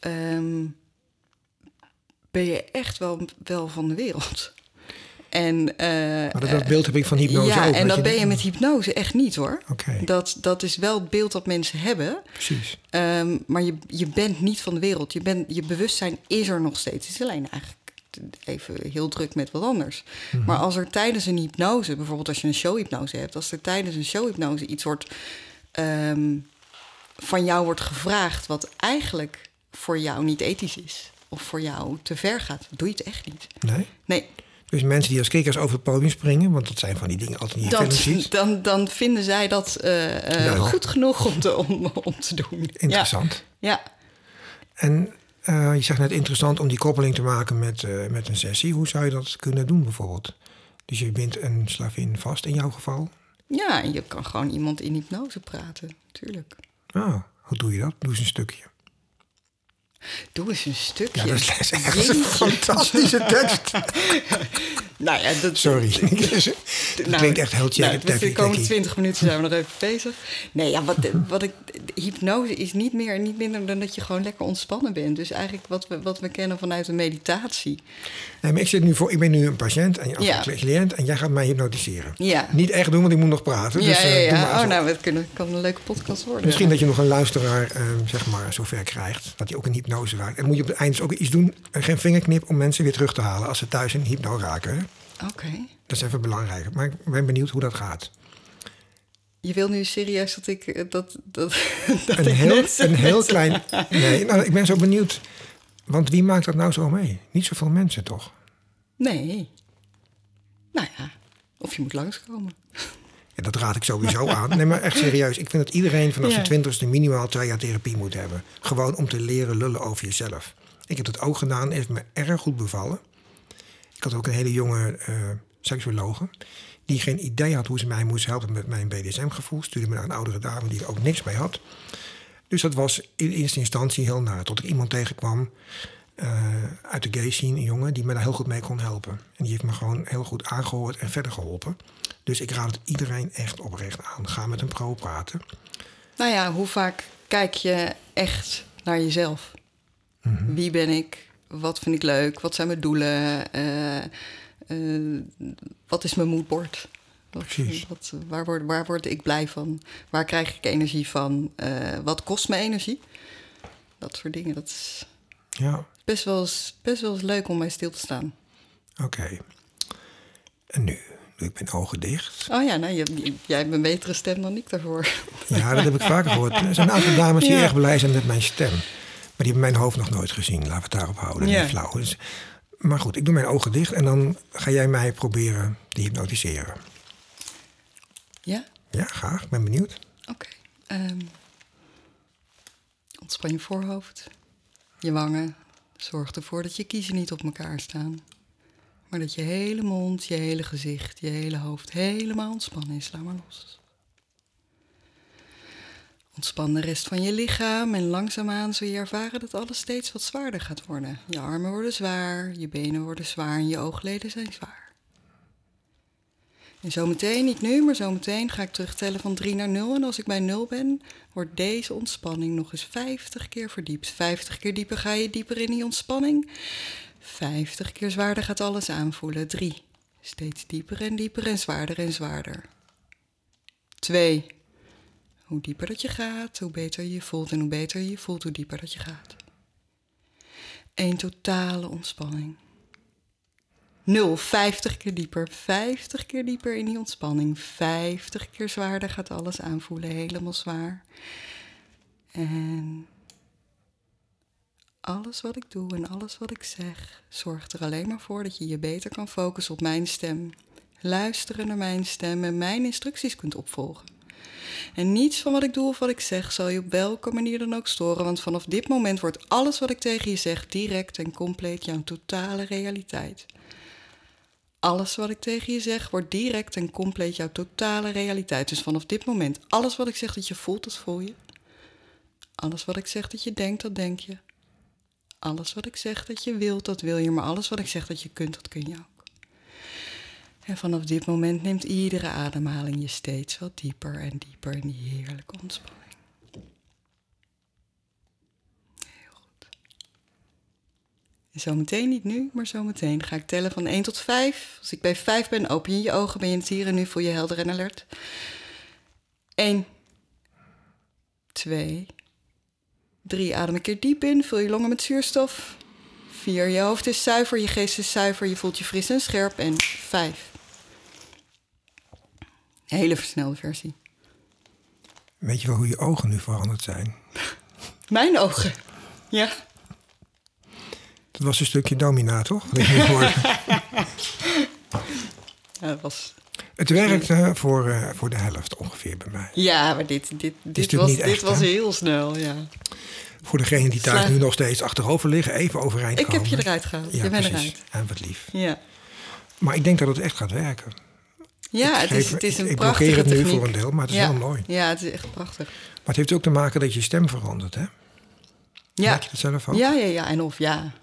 ben je echt wel van de wereld. Maar dat beeld heb ik van hypnose ook. Ja, en dat ben je met hypnose echt niet, hoor. Okay. Dat is wel het beeld dat mensen hebben. Precies. Maar je bent niet van de wereld. Je bewustzijn is er nog steeds. Het is alleen eigenlijk even heel druk met wat anders. Maar als er tijdens een hypnose, bijvoorbeeld als je een showhypnose hebt, als er tijdens een showhypnose iets wordt van jou wordt gevraagd wat eigenlijk voor jou niet ethisch is of voor jou te ver gaat, doe je het echt niet. Nee. Dus mensen die als kikkers over het podium springen, want dat zijn van die dingen altijd in je films ziet. Dan vinden zij dat goed genoeg om te doen. Interessant. Ja. En je zegt net interessant om die koppeling te maken met een sessie. Hoe zou je dat kunnen doen bijvoorbeeld? Dus je bindt een slavin vast in jouw geval? Ja, en je kan gewoon iemand in hypnose praten, natuurlijk. Ah, hoe doe je dat? Doe eens een stukje. Doe eens een stukje. Ja, dat is echt een fantastische tekst. Nou ja, sorry. Dat klinkt echt heel check. De komende 20 minuten zijn we nog even bezig. Nee, ja, hypnose is niet minder dan dat je gewoon lekker ontspannen bent. Dus eigenlijk wat we kennen vanuit de meditatie. Nee, maar ik ben nu een patiënt en een cliënt en jij gaat mij hypnotiseren. Ja. Niet echt doen, want ik moet nog praten. Dus, het kan een leuke podcast worden. Misschien dat je nog een luisteraar zover krijgt dat hij ook in hypnose raakt. En moet je op het eind dus ook iets doen, geen vingerknip om mensen weer terug te halen als ze thuis in hypno raken. Oké. Dat is even belangrijk. Maar ik ben benieuwd hoe dat gaat. Je wil nu serieus dat ik een heel klein. Nee, nou, ik ben zo benieuwd. Want wie maakt dat nou zo mee? Niet zoveel mensen, toch? Nee. Nou ja, of je moet langskomen. Ja, dat raad ik sowieso aan. Nee, maar echt serieus. Ik vind dat iedereen vanaf zijn 20ste minimaal 2 jaar therapie moet hebben. Gewoon om te leren lullen over jezelf. Ik heb dat ook gedaan. Heeft me erg goed bevallen. Ik had ook een hele jonge seksuologe die geen idee had hoe ze mij moest helpen met mijn BDSM-gevoel. Stuurde me naar een oudere dame die er ook niks mee had. Dus dat was in eerste instantie heel naar. Tot ik iemand tegenkwam uit de gay scene, een jongen die me daar heel goed mee kon helpen. En die heeft me gewoon heel goed aangehoord en verder geholpen. Dus ik raad het iedereen echt oprecht aan. Ga met een pro praten. Nou ja, hoe vaak kijk je echt naar jezelf? Mm-hmm. Wie ben ik? Wat vind ik leuk? Wat zijn mijn doelen? Wat is mijn moodboard? Precies. Waar word ik blij van? Waar krijg ik energie van? Wat kost me energie? Dat soort dingen. Dat is best wel eens leuk om bij stil te staan. Oké. En nu doe ik mijn ogen dicht. Oh ja, nou, jij hebt een betere stem dan ik daarvoor. Ja, dat heb ik vaker gehoord. Er zijn een aantal dames die erg blij zijn met mijn stem. Maar die hebben mijn hoofd nog nooit gezien. Laten we het daarop houden. Ja. Nee, flauw. Dus, maar goed, ik doe mijn ogen dicht en dan ga jij mij proberen te hypnotiseren. Ja? Ja, graag. Ik ben benieuwd. Oké. Ontspan je voorhoofd, je wangen. Zorg ervoor dat je kiezen niet op elkaar staan. Maar dat je hele mond, je hele gezicht, je hele hoofd helemaal ontspannen is. Laat maar los. Ontspan de rest van je lichaam en langzaamaan zul je ervaren dat alles steeds wat zwaarder gaat worden. Je armen worden zwaar, je benen worden zwaar en je oogleden zijn zwaar. En zometeen, niet nu, maar zometeen ga ik terugtellen van 3 naar 0. En als ik bij 0 ben, wordt deze ontspanning nog eens 50 keer verdiept. 50 keer dieper ga je dieper in die ontspanning. 50 keer zwaarder gaat alles aanvoelen. 3. Steeds dieper en zwaarder en zwaarder. 2. Hoe dieper dat je gaat, hoe beter je je voelt. En hoe beter je je voelt, hoe dieper dat je gaat. 1 totale ontspanning. 0, 50 keer dieper. 50 keer dieper in die ontspanning. 50 keer zwaarder gaat alles aanvoelen. Helemaal zwaar. En alles wat ik doe en alles wat ik zeg zorgt er alleen maar voor dat je je beter kan focussen op mijn stem. Luisteren naar mijn stem en mijn instructies kunt opvolgen. En niets van wat ik doe of wat ik zeg zal je op welke manier dan ook storen. Want vanaf dit moment wordt alles wat ik tegen je zeg direct en compleet jouw totale realiteit. Alles wat ik tegen je zeg wordt direct en compleet jouw totale realiteit. Dus vanaf dit moment, alles wat ik zeg dat je voelt, dat voel je. Alles wat ik zeg dat je denkt, dat denk je. Alles wat ik zeg dat je wilt, dat wil je. Maar alles wat ik zeg dat je kunt, dat kun je ook. En vanaf dit moment neemt iedere ademhaling je steeds wat dieper en dieper in die heerlijke ontspanning. Heel goed. En zometeen, niet nu, maar zometeen ga ik tellen van 1 tot 5. Als ik bij 5 ben, open je je ogen, ben je het hier en nu, voel je helder en alert. 1, 2, 3, adem een keer diep in, vul je longen met zuurstof. 4, je hoofd is zuiver, je geest is zuiver, je voelt je fris en scherp. En 5. Hele versnelde versie. Weet je wel hoe je ogen nu veranderd zijn? Mijn ogen, ja. Dat was een stukje domina, toch? Wat ik nu hoorde. Ja, dat was... Het werkte voor de helft ongeveer bij mij. Ja, maar dit was heel snel, ja. Voor degenen die thuis nu nog steeds achterover liggen, even overeind komen. Ik heb je eruit gehaald. Ja, je bent precies. eruit. En wat lief. Ja, Maar ik denk dat het echt gaat werken. ja het is een prachtige Ik blokkeer het nu techniek. voor een deel, maar het is wel mooi. Ja, het is echt prachtig. Maar het heeft ook te maken dat je stem verandert, hè? Ja. Merk je dat zelf ook? Ja. En of ja.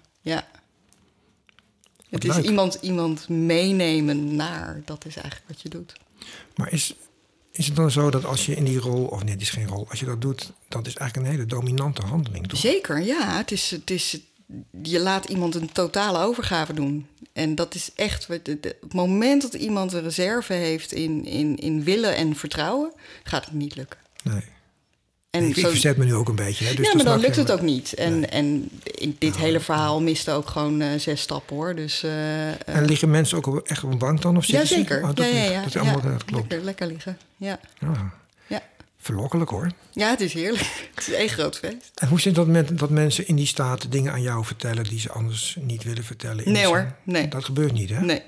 Het is leuk. iemand meenemen naar, dat is eigenlijk wat je doet. Maar is het dan zo dat als je in die rol, of nee, het is geen rol, als je dat doet, dat is eigenlijk een hele dominante handeling, toch? Zeker, ja. Je laat iemand een totale overgave doen. En dat is echt, het moment dat iemand een reserve heeft in willen en vertrouwen, gaat het niet lukken. Nee. En Ik verzet me nu ook een beetje. Hè, dus ja, dat maar dan snap lukt je. het ook niet. En in dit hele verhaal miste ook gewoon 6 stappen, hoor. Dus, En liggen mensen ook echt op een bank dan? Of ja, zitten ze? zeker. Oh, dat is allemaal dat klopt. Lekker liggen, ja. Ja. Verlokkelijk, hoor. Ja, het is heerlijk. Het is één groot feest. En hoe zit dat dat mensen in die staat dingen aan jou vertellen die ze anders niet willen vertellen? Nee, hoor. Nee. Dat gebeurt niet, hè? Nee.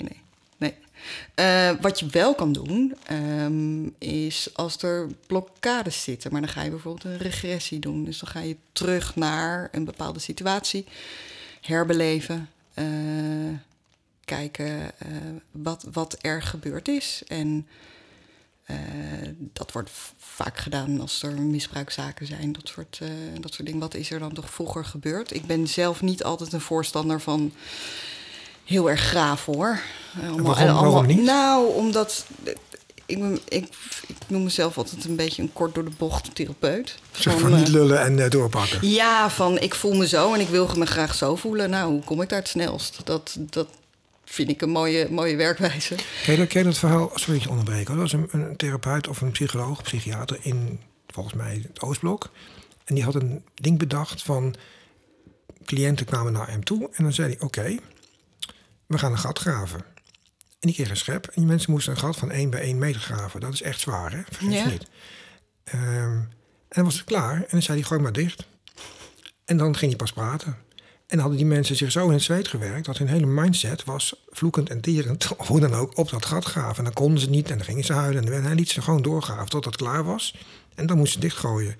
Wat je wel kan doen, is als er blokkades zitten. Maar dan ga je bijvoorbeeld een regressie doen. Dus dan ga je terug naar een bepaalde situatie, herbeleven, kijken wat er gebeurd is. En dat wordt vaak gedaan als er misbruikzaken zijn, dat soort dingen. Wat is er dan toch vroeger gebeurd? Ik ben zelf niet altijd een voorstander van heel erg graven, hoor. Waarom niet? Nou, omdat ik noem mezelf altijd een beetje een kort door de bocht therapeut. Zeg van niet lullen en doorpakken. Ja, van ik voel me zo en ik wil me graag zo voelen. Nou, hoe kom ik daar het snelst? Dat vind ik een mooie werkwijze. Ken je dat verhaal? Sorry dat je onderbreken. Dat was een therapeut of een psycholoog, psychiater in, volgens mij, het Oostblok. En die had een ding bedacht van, cliënten kwamen naar hem toe en dan zei hij, oké, we gaan een gat graven. En die kreeg een schep en die mensen moesten een gat van 1 bij 1 meter graven. Dat is echt zwaar, hè? Vergeet je niet. En dan was het klaar en dan zei hij, gooi maar dicht. En dan ging hij pas praten. En dan hadden die mensen zich zo in het zweet gewerkt dat hun hele mindset was vloekend en tierend, of hoe dan ook, op dat gat graven. En dan konden ze niet en dan gingen ze huilen. En hij liet ze gewoon doorgraven tot het klaar was. En dan moesten ze dichtgooien.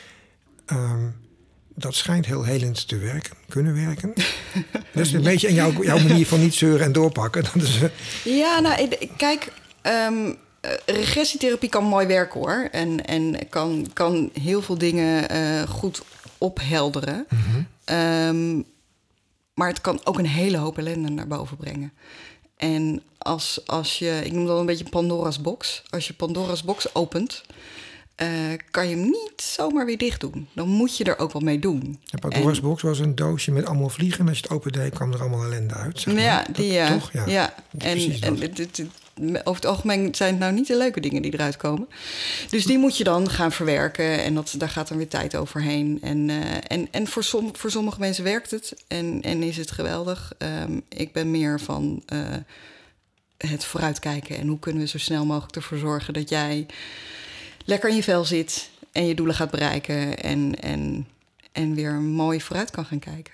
Dat schijnt heel helend te kunnen werken. Dat is een beetje in jouw manier van niet zeuren en doorpakken. Dat is, Ja, nou, kijk, regressietherapie kan mooi werken, hoor. En kan heel veel dingen goed ophelderen. Mm-hmm. Maar het kan ook een hele hoop ellende naar boven brengen. En als je, ik noem dat een beetje Pandora's box. Als je Pandora's box opent, kan je hem niet zomaar weer dicht doen. Dan moet je er ook wat mee doen. De Pandora's box was een doosje met allemaal vliegen. En als je het opende, kwam er allemaal ellende uit. Zeg maar. Ja, toch? Ja. En over het algemeen zijn het nou niet de leuke dingen die eruit komen. Dus die moet je dan gaan verwerken. En daar gaat dan weer tijd overheen. En voor sommige mensen werkt het. En is het geweldig. Ik ben meer van het vooruitkijken. En hoe kunnen we zo snel mogelijk ervoor zorgen dat jij lekker in je vel zit en je doelen gaat bereiken en weer mooi vooruit kan gaan kijken.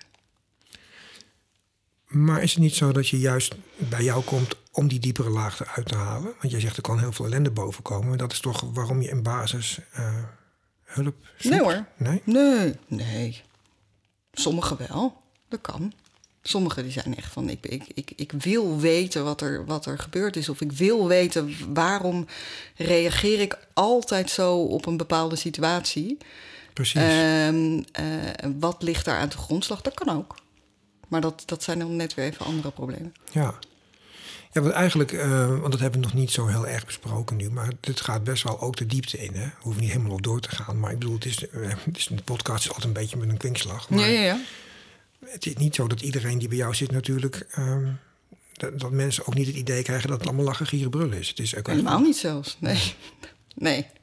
Maar is het niet zo dat je juist bij jou komt om die diepere laag eruit te halen? Want jij zegt er kan heel veel ellende boven komen. Maar dat is toch waarom je in basis hulp zoekt? Nee, hoor. Nee? Nee. Sommigen wel. Dat kan. Sommigen die zijn echt van, ik wil weten wat er gebeurd is. Of ik wil weten waarom reageer ik altijd zo op een bepaalde situatie. Precies. Wat ligt daar aan de grondslag? Dat kan ook. Maar dat zijn dan net weer even andere problemen. Ja, want eigenlijk, want dat hebben we nog niet zo heel erg besproken nu. Maar dit gaat best wel ook de diepte in. Hè? We hoeven niet helemaal op door te gaan. Maar ik bedoel, de podcast is altijd een beetje met een kwinkslag. Maar Ja. het is niet zo dat iedereen die bij jou zit natuurlijk, dat mensen ook niet het idee krijgen dat het allemaal lachen, gieren, brullen is. Het is ook Helemaal niet zelfs. Nee.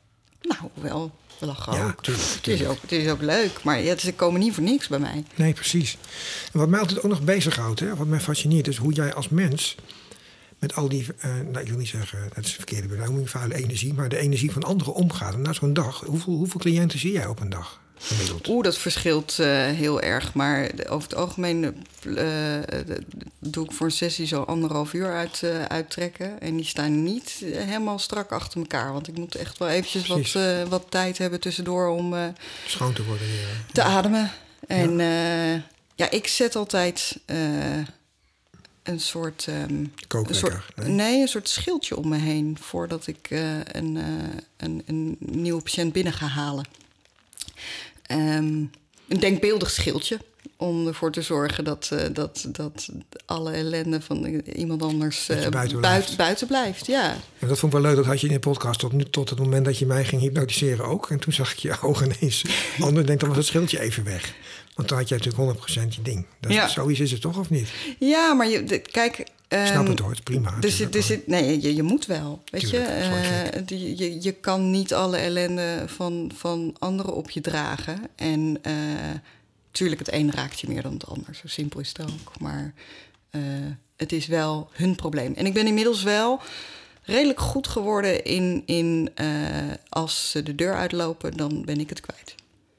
Nou, wel, we lachen Ja, ook. tuurlijk. Het is ook leuk, maar ze komen niet voor niks bij mij. Nee, precies. En wat mij altijd ook nog bezighoudt, hè, wat mij fascineert, is hoe jij als mens met al die, ik wil niet zeggen, dat is een verkeerde benaming, vuile energie, maar de energie van anderen omgaat. En na zo'n dag, hoeveel cliënten zie jij op een dag gemiddeld? Dat verschilt heel erg. Maar over het algemeen doe ik voor een sessie zo 1,5 uur uittrekken. En die staan niet helemaal strak achter elkaar. Want ik moet echt wel eventjes wat tijd hebben tussendoor om Schoon te worden weer. te ademen. En ik zet altijd een soort... een soort schildje om me heen voordat ik een nieuwe patiënt binnen ga halen. Een denkbeeldig schildje om ervoor te zorgen dat alle ellende van iemand anders buiten blijft. Ja. En dat vond ik wel leuk, dat had je in de podcast tot het moment dat je mij ging hypnotiseren ook. En toen zag ik je ogen ineens. Anderen denkt, dan was het schildje even weg. Want dan had jij natuurlijk 100% je ding. Zoiets is het toch, of niet? Ja, maar kijk... Ik snap het hoor, het is prima. Je moet wel, weet je. Je kan niet alle ellende van anderen op je dragen. En tuurlijk, het een raakt je meer dan het ander. Zo simpel is het ook. Maar het is wel hun probleem. En ik ben inmiddels wel redelijk goed geworden in als ze de deur uitlopen, dan ben ik het kwijt.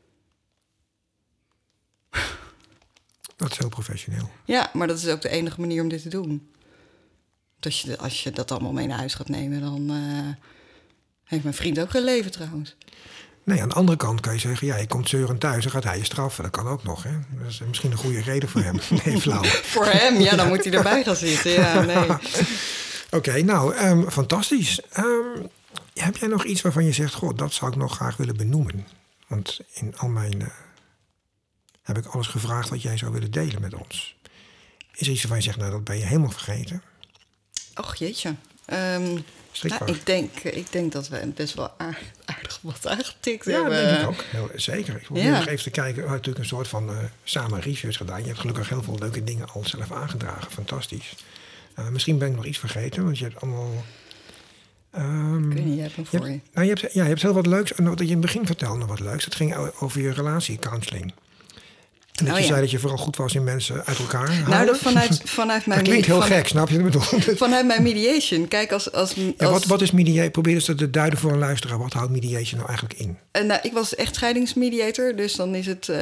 Dat is heel professioneel. Ja, maar dat is ook de enige manier om dit te doen. Als je dat allemaal mee naar huis gaat nemen, dan heeft mijn vriend ook geen leven trouwens. Nee, aan de andere kant kan je zeggen, je komt zeurend thuis, dan gaat hij je straffen. Dat kan ook nog, hè. Dat is misschien een goede reden voor hem. Nee, flauw. Voor hem, ja, dan moet hij erbij gaan zitten. Ja, nee. Oké, nou, fantastisch. Heb jij nog iets waarvan je zegt, goh, dat zou ik nog graag willen benoemen? Want in al mijn... heb ik alles gevraagd wat jij zou willen delen met ons. Is er iets waarvan je zegt, nou, dat ben je helemaal vergeten? Och, jeetje. Ik denk dat we best wel aardig wat aangetikt hebben. Ja, denk ik ook. Heel, zeker. Ik wil nu nog even te kijken. We hebben natuurlijk een soort van samen research gedaan. Je hebt gelukkig heel veel leuke dingen al zelf aangedragen. Fantastisch. Misschien ben ik nog iets vergeten, want je hebt allemaal... ik weet niet, jij hebt hem voor je. Je hebt heel wat leuks. En wat je in het begin vertelde nog wat leuks. Dat ging over je relatiecounseling. En dat je zei dat je vooral goed was in mensen uit elkaar halen. Nou, dat vanuit mijn... Dat klinkt heel gek, snap je? Vanuit mijn mediation. Kijk, wat is mediation? Probeer eens te duiden voor een luisteraar. Wat houdt mediation nou eigenlijk in? Ik was echtscheidingsmediator. Dus dan is het...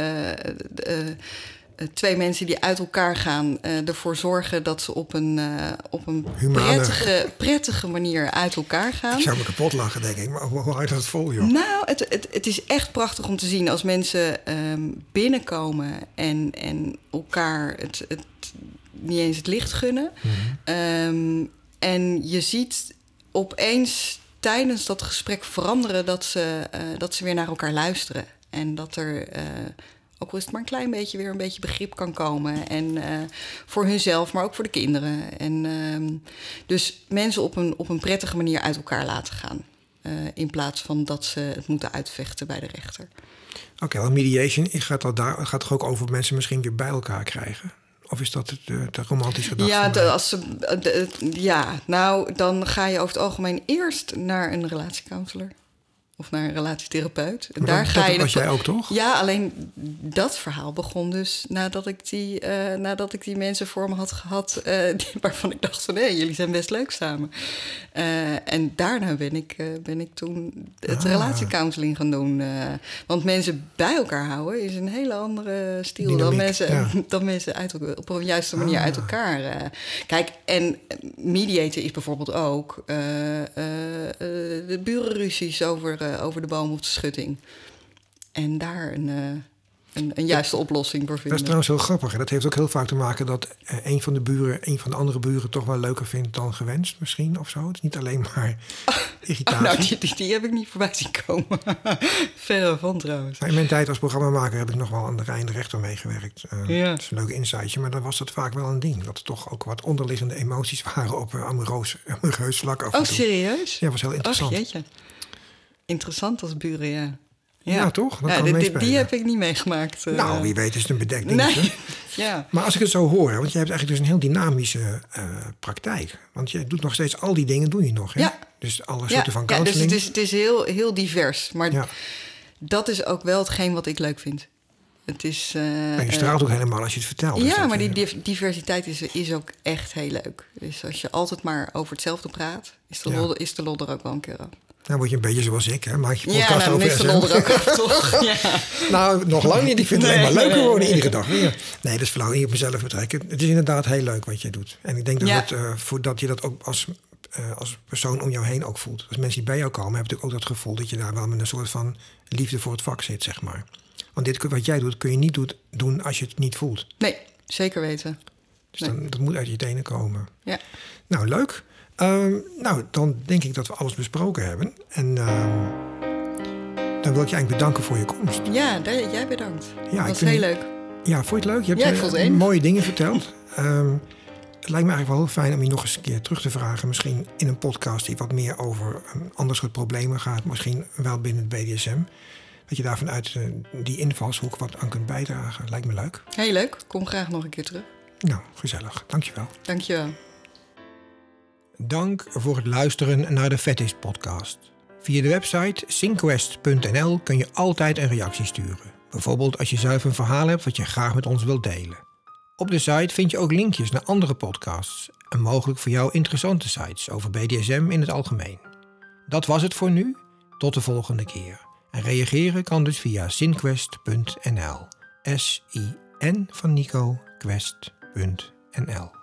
2 mensen die uit elkaar gaan, ervoor zorgen dat ze op een prettige manier uit elkaar gaan. Ik zou me kapot lachen, denk ik. Maar hoe hou je dat vol, joh? Nou, het is echt prachtig om te zien als mensen binnenkomen en elkaar het niet eens het licht gunnen. Mm-hmm. En je ziet opeens tijdens dat gesprek veranderen dat ze weer naar elkaar luisteren. En dat er... ook al is het maar een klein beetje weer een beetje begrip kan komen. En voor hunzelf, maar ook voor de kinderen. En dus mensen op een prettige manier uit elkaar laten gaan. In plaats van dat ze het moeten uitvechten bij de rechter. Oké, wel mediation gaat toch ook over mensen misschien weer bij elkaar krijgen? Of is dat te romantisch gedacht? Dan ga je over het algemeen eerst naar een relatiecounselor. Of naar een relatietherapeut. Maar dat was jij ook, toch? Ja, alleen dat verhaal begon dus nadat ik die mensen voor me had gehad... waarvan ik dacht van, jullie zijn best leuk samen. En daarna ben ik toen het relatiecounseling gaan doen. Want mensen bij elkaar houden is een hele andere stijl... Dynamiek, dan mensen op een juiste manier uit elkaar... Kijk, en mediator is bijvoorbeeld ook... de burenruzies over de boom of de schutting. En daar een juiste oplossing voor vinden. Dat is trouwens heel grappig. En dat heeft ook heel vaak te maken dat een van de andere buren toch wel leuker vindt dan gewenst misschien of zo. Het is niet alleen maar irritatie. Die heb ik niet voorbij zien komen. Verre van trouwens. Maar in mijn tijd als programmamaker heb ik nog wel aan de Rijn rechter meegewerkt. Dat is een leuk insightje, maar dan was dat vaak wel een ding. Dat er toch ook wat onderliggende emoties waren op amoureus vlak af en toe. Serieus? Ja, was heel interessant. Ach, jeetje. Interessant als buren, ja. Ja, toch? Dat Ja, kan meespelen. die heb ik niet meegemaakt. Nou, wie weet is het een bedekt dingetje. Nee. Ja. Maar als ik het zo hoor, want je hebt eigenlijk dus een heel dynamische praktijk. Want je doet nog steeds al die dingen, doe je nog. Hè? Ja. Dus alle soorten van counseling. Dus het is heel, heel divers. Maar dat is ook wel hetgeen wat ik leuk vind. Het is, je straalt ook helemaal als je het vertelt. Ja, maar die diversiteit is ook echt heel leuk. Dus als je altijd maar over hetzelfde praat, is de lol er ook wel een keer af. Dan word je een beetje zoals ik, hè? Maak je podcast over is de lol er ook af, toch? Ja. Nou, nog lang niet. Ik vind het alleen maar leuker worden iedere dag weer. Nee, dat is flauw. Niet op mezelf betrekken. Het is inderdaad heel leuk wat je doet. En ik denk dat, dat je dat ook als persoon om jou heen ook voelt. Als mensen die bij jou komen, hebben natuurlijk ook dat gevoel dat je daar wel met een soort van liefde voor het vak zit, zeg maar. Want dit wat jij doet, kun je niet doen als je het niet voelt. Nee, zeker weten. Dus dat moet uit je tenen komen. Ja. Nou, leuk. Dan denk ik dat we alles besproken hebben. En dan wil ik je eigenlijk bedanken voor je komst. Ja, jij bedankt. Ja, dat was heel leuk. Ja, vond je het leuk? Je hebt mooie dingen verteld. Het lijkt me eigenlijk wel heel fijn om je nog eens een keer terug te vragen. Misschien in een podcast die wat meer over een ander soort problemen gaat. Misschien wel binnen het BDSM. Dat je daar vanuit die invalshoek wat aan kunt bijdragen. Lijkt me leuk. Heel leuk. Kom graag nog een keer terug. Nou, gezellig. Dankjewel. Dankjewel. Dank voor het luisteren naar de Fetish podcast. Via de website synquest.nl kun je altijd een reactie sturen. Bijvoorbeeld als je zelf een verhaal hebt wat je graag met ons wilt delen. Op de site vind je ook linkjes naar andere podcasts en mogelijk voor jou interessante sites over BDSM in het algemeen. Dat was het voor nu. Tot de volgende keer. En reageren kan dus via synquest.nl. SIN van Nico, quest.nl.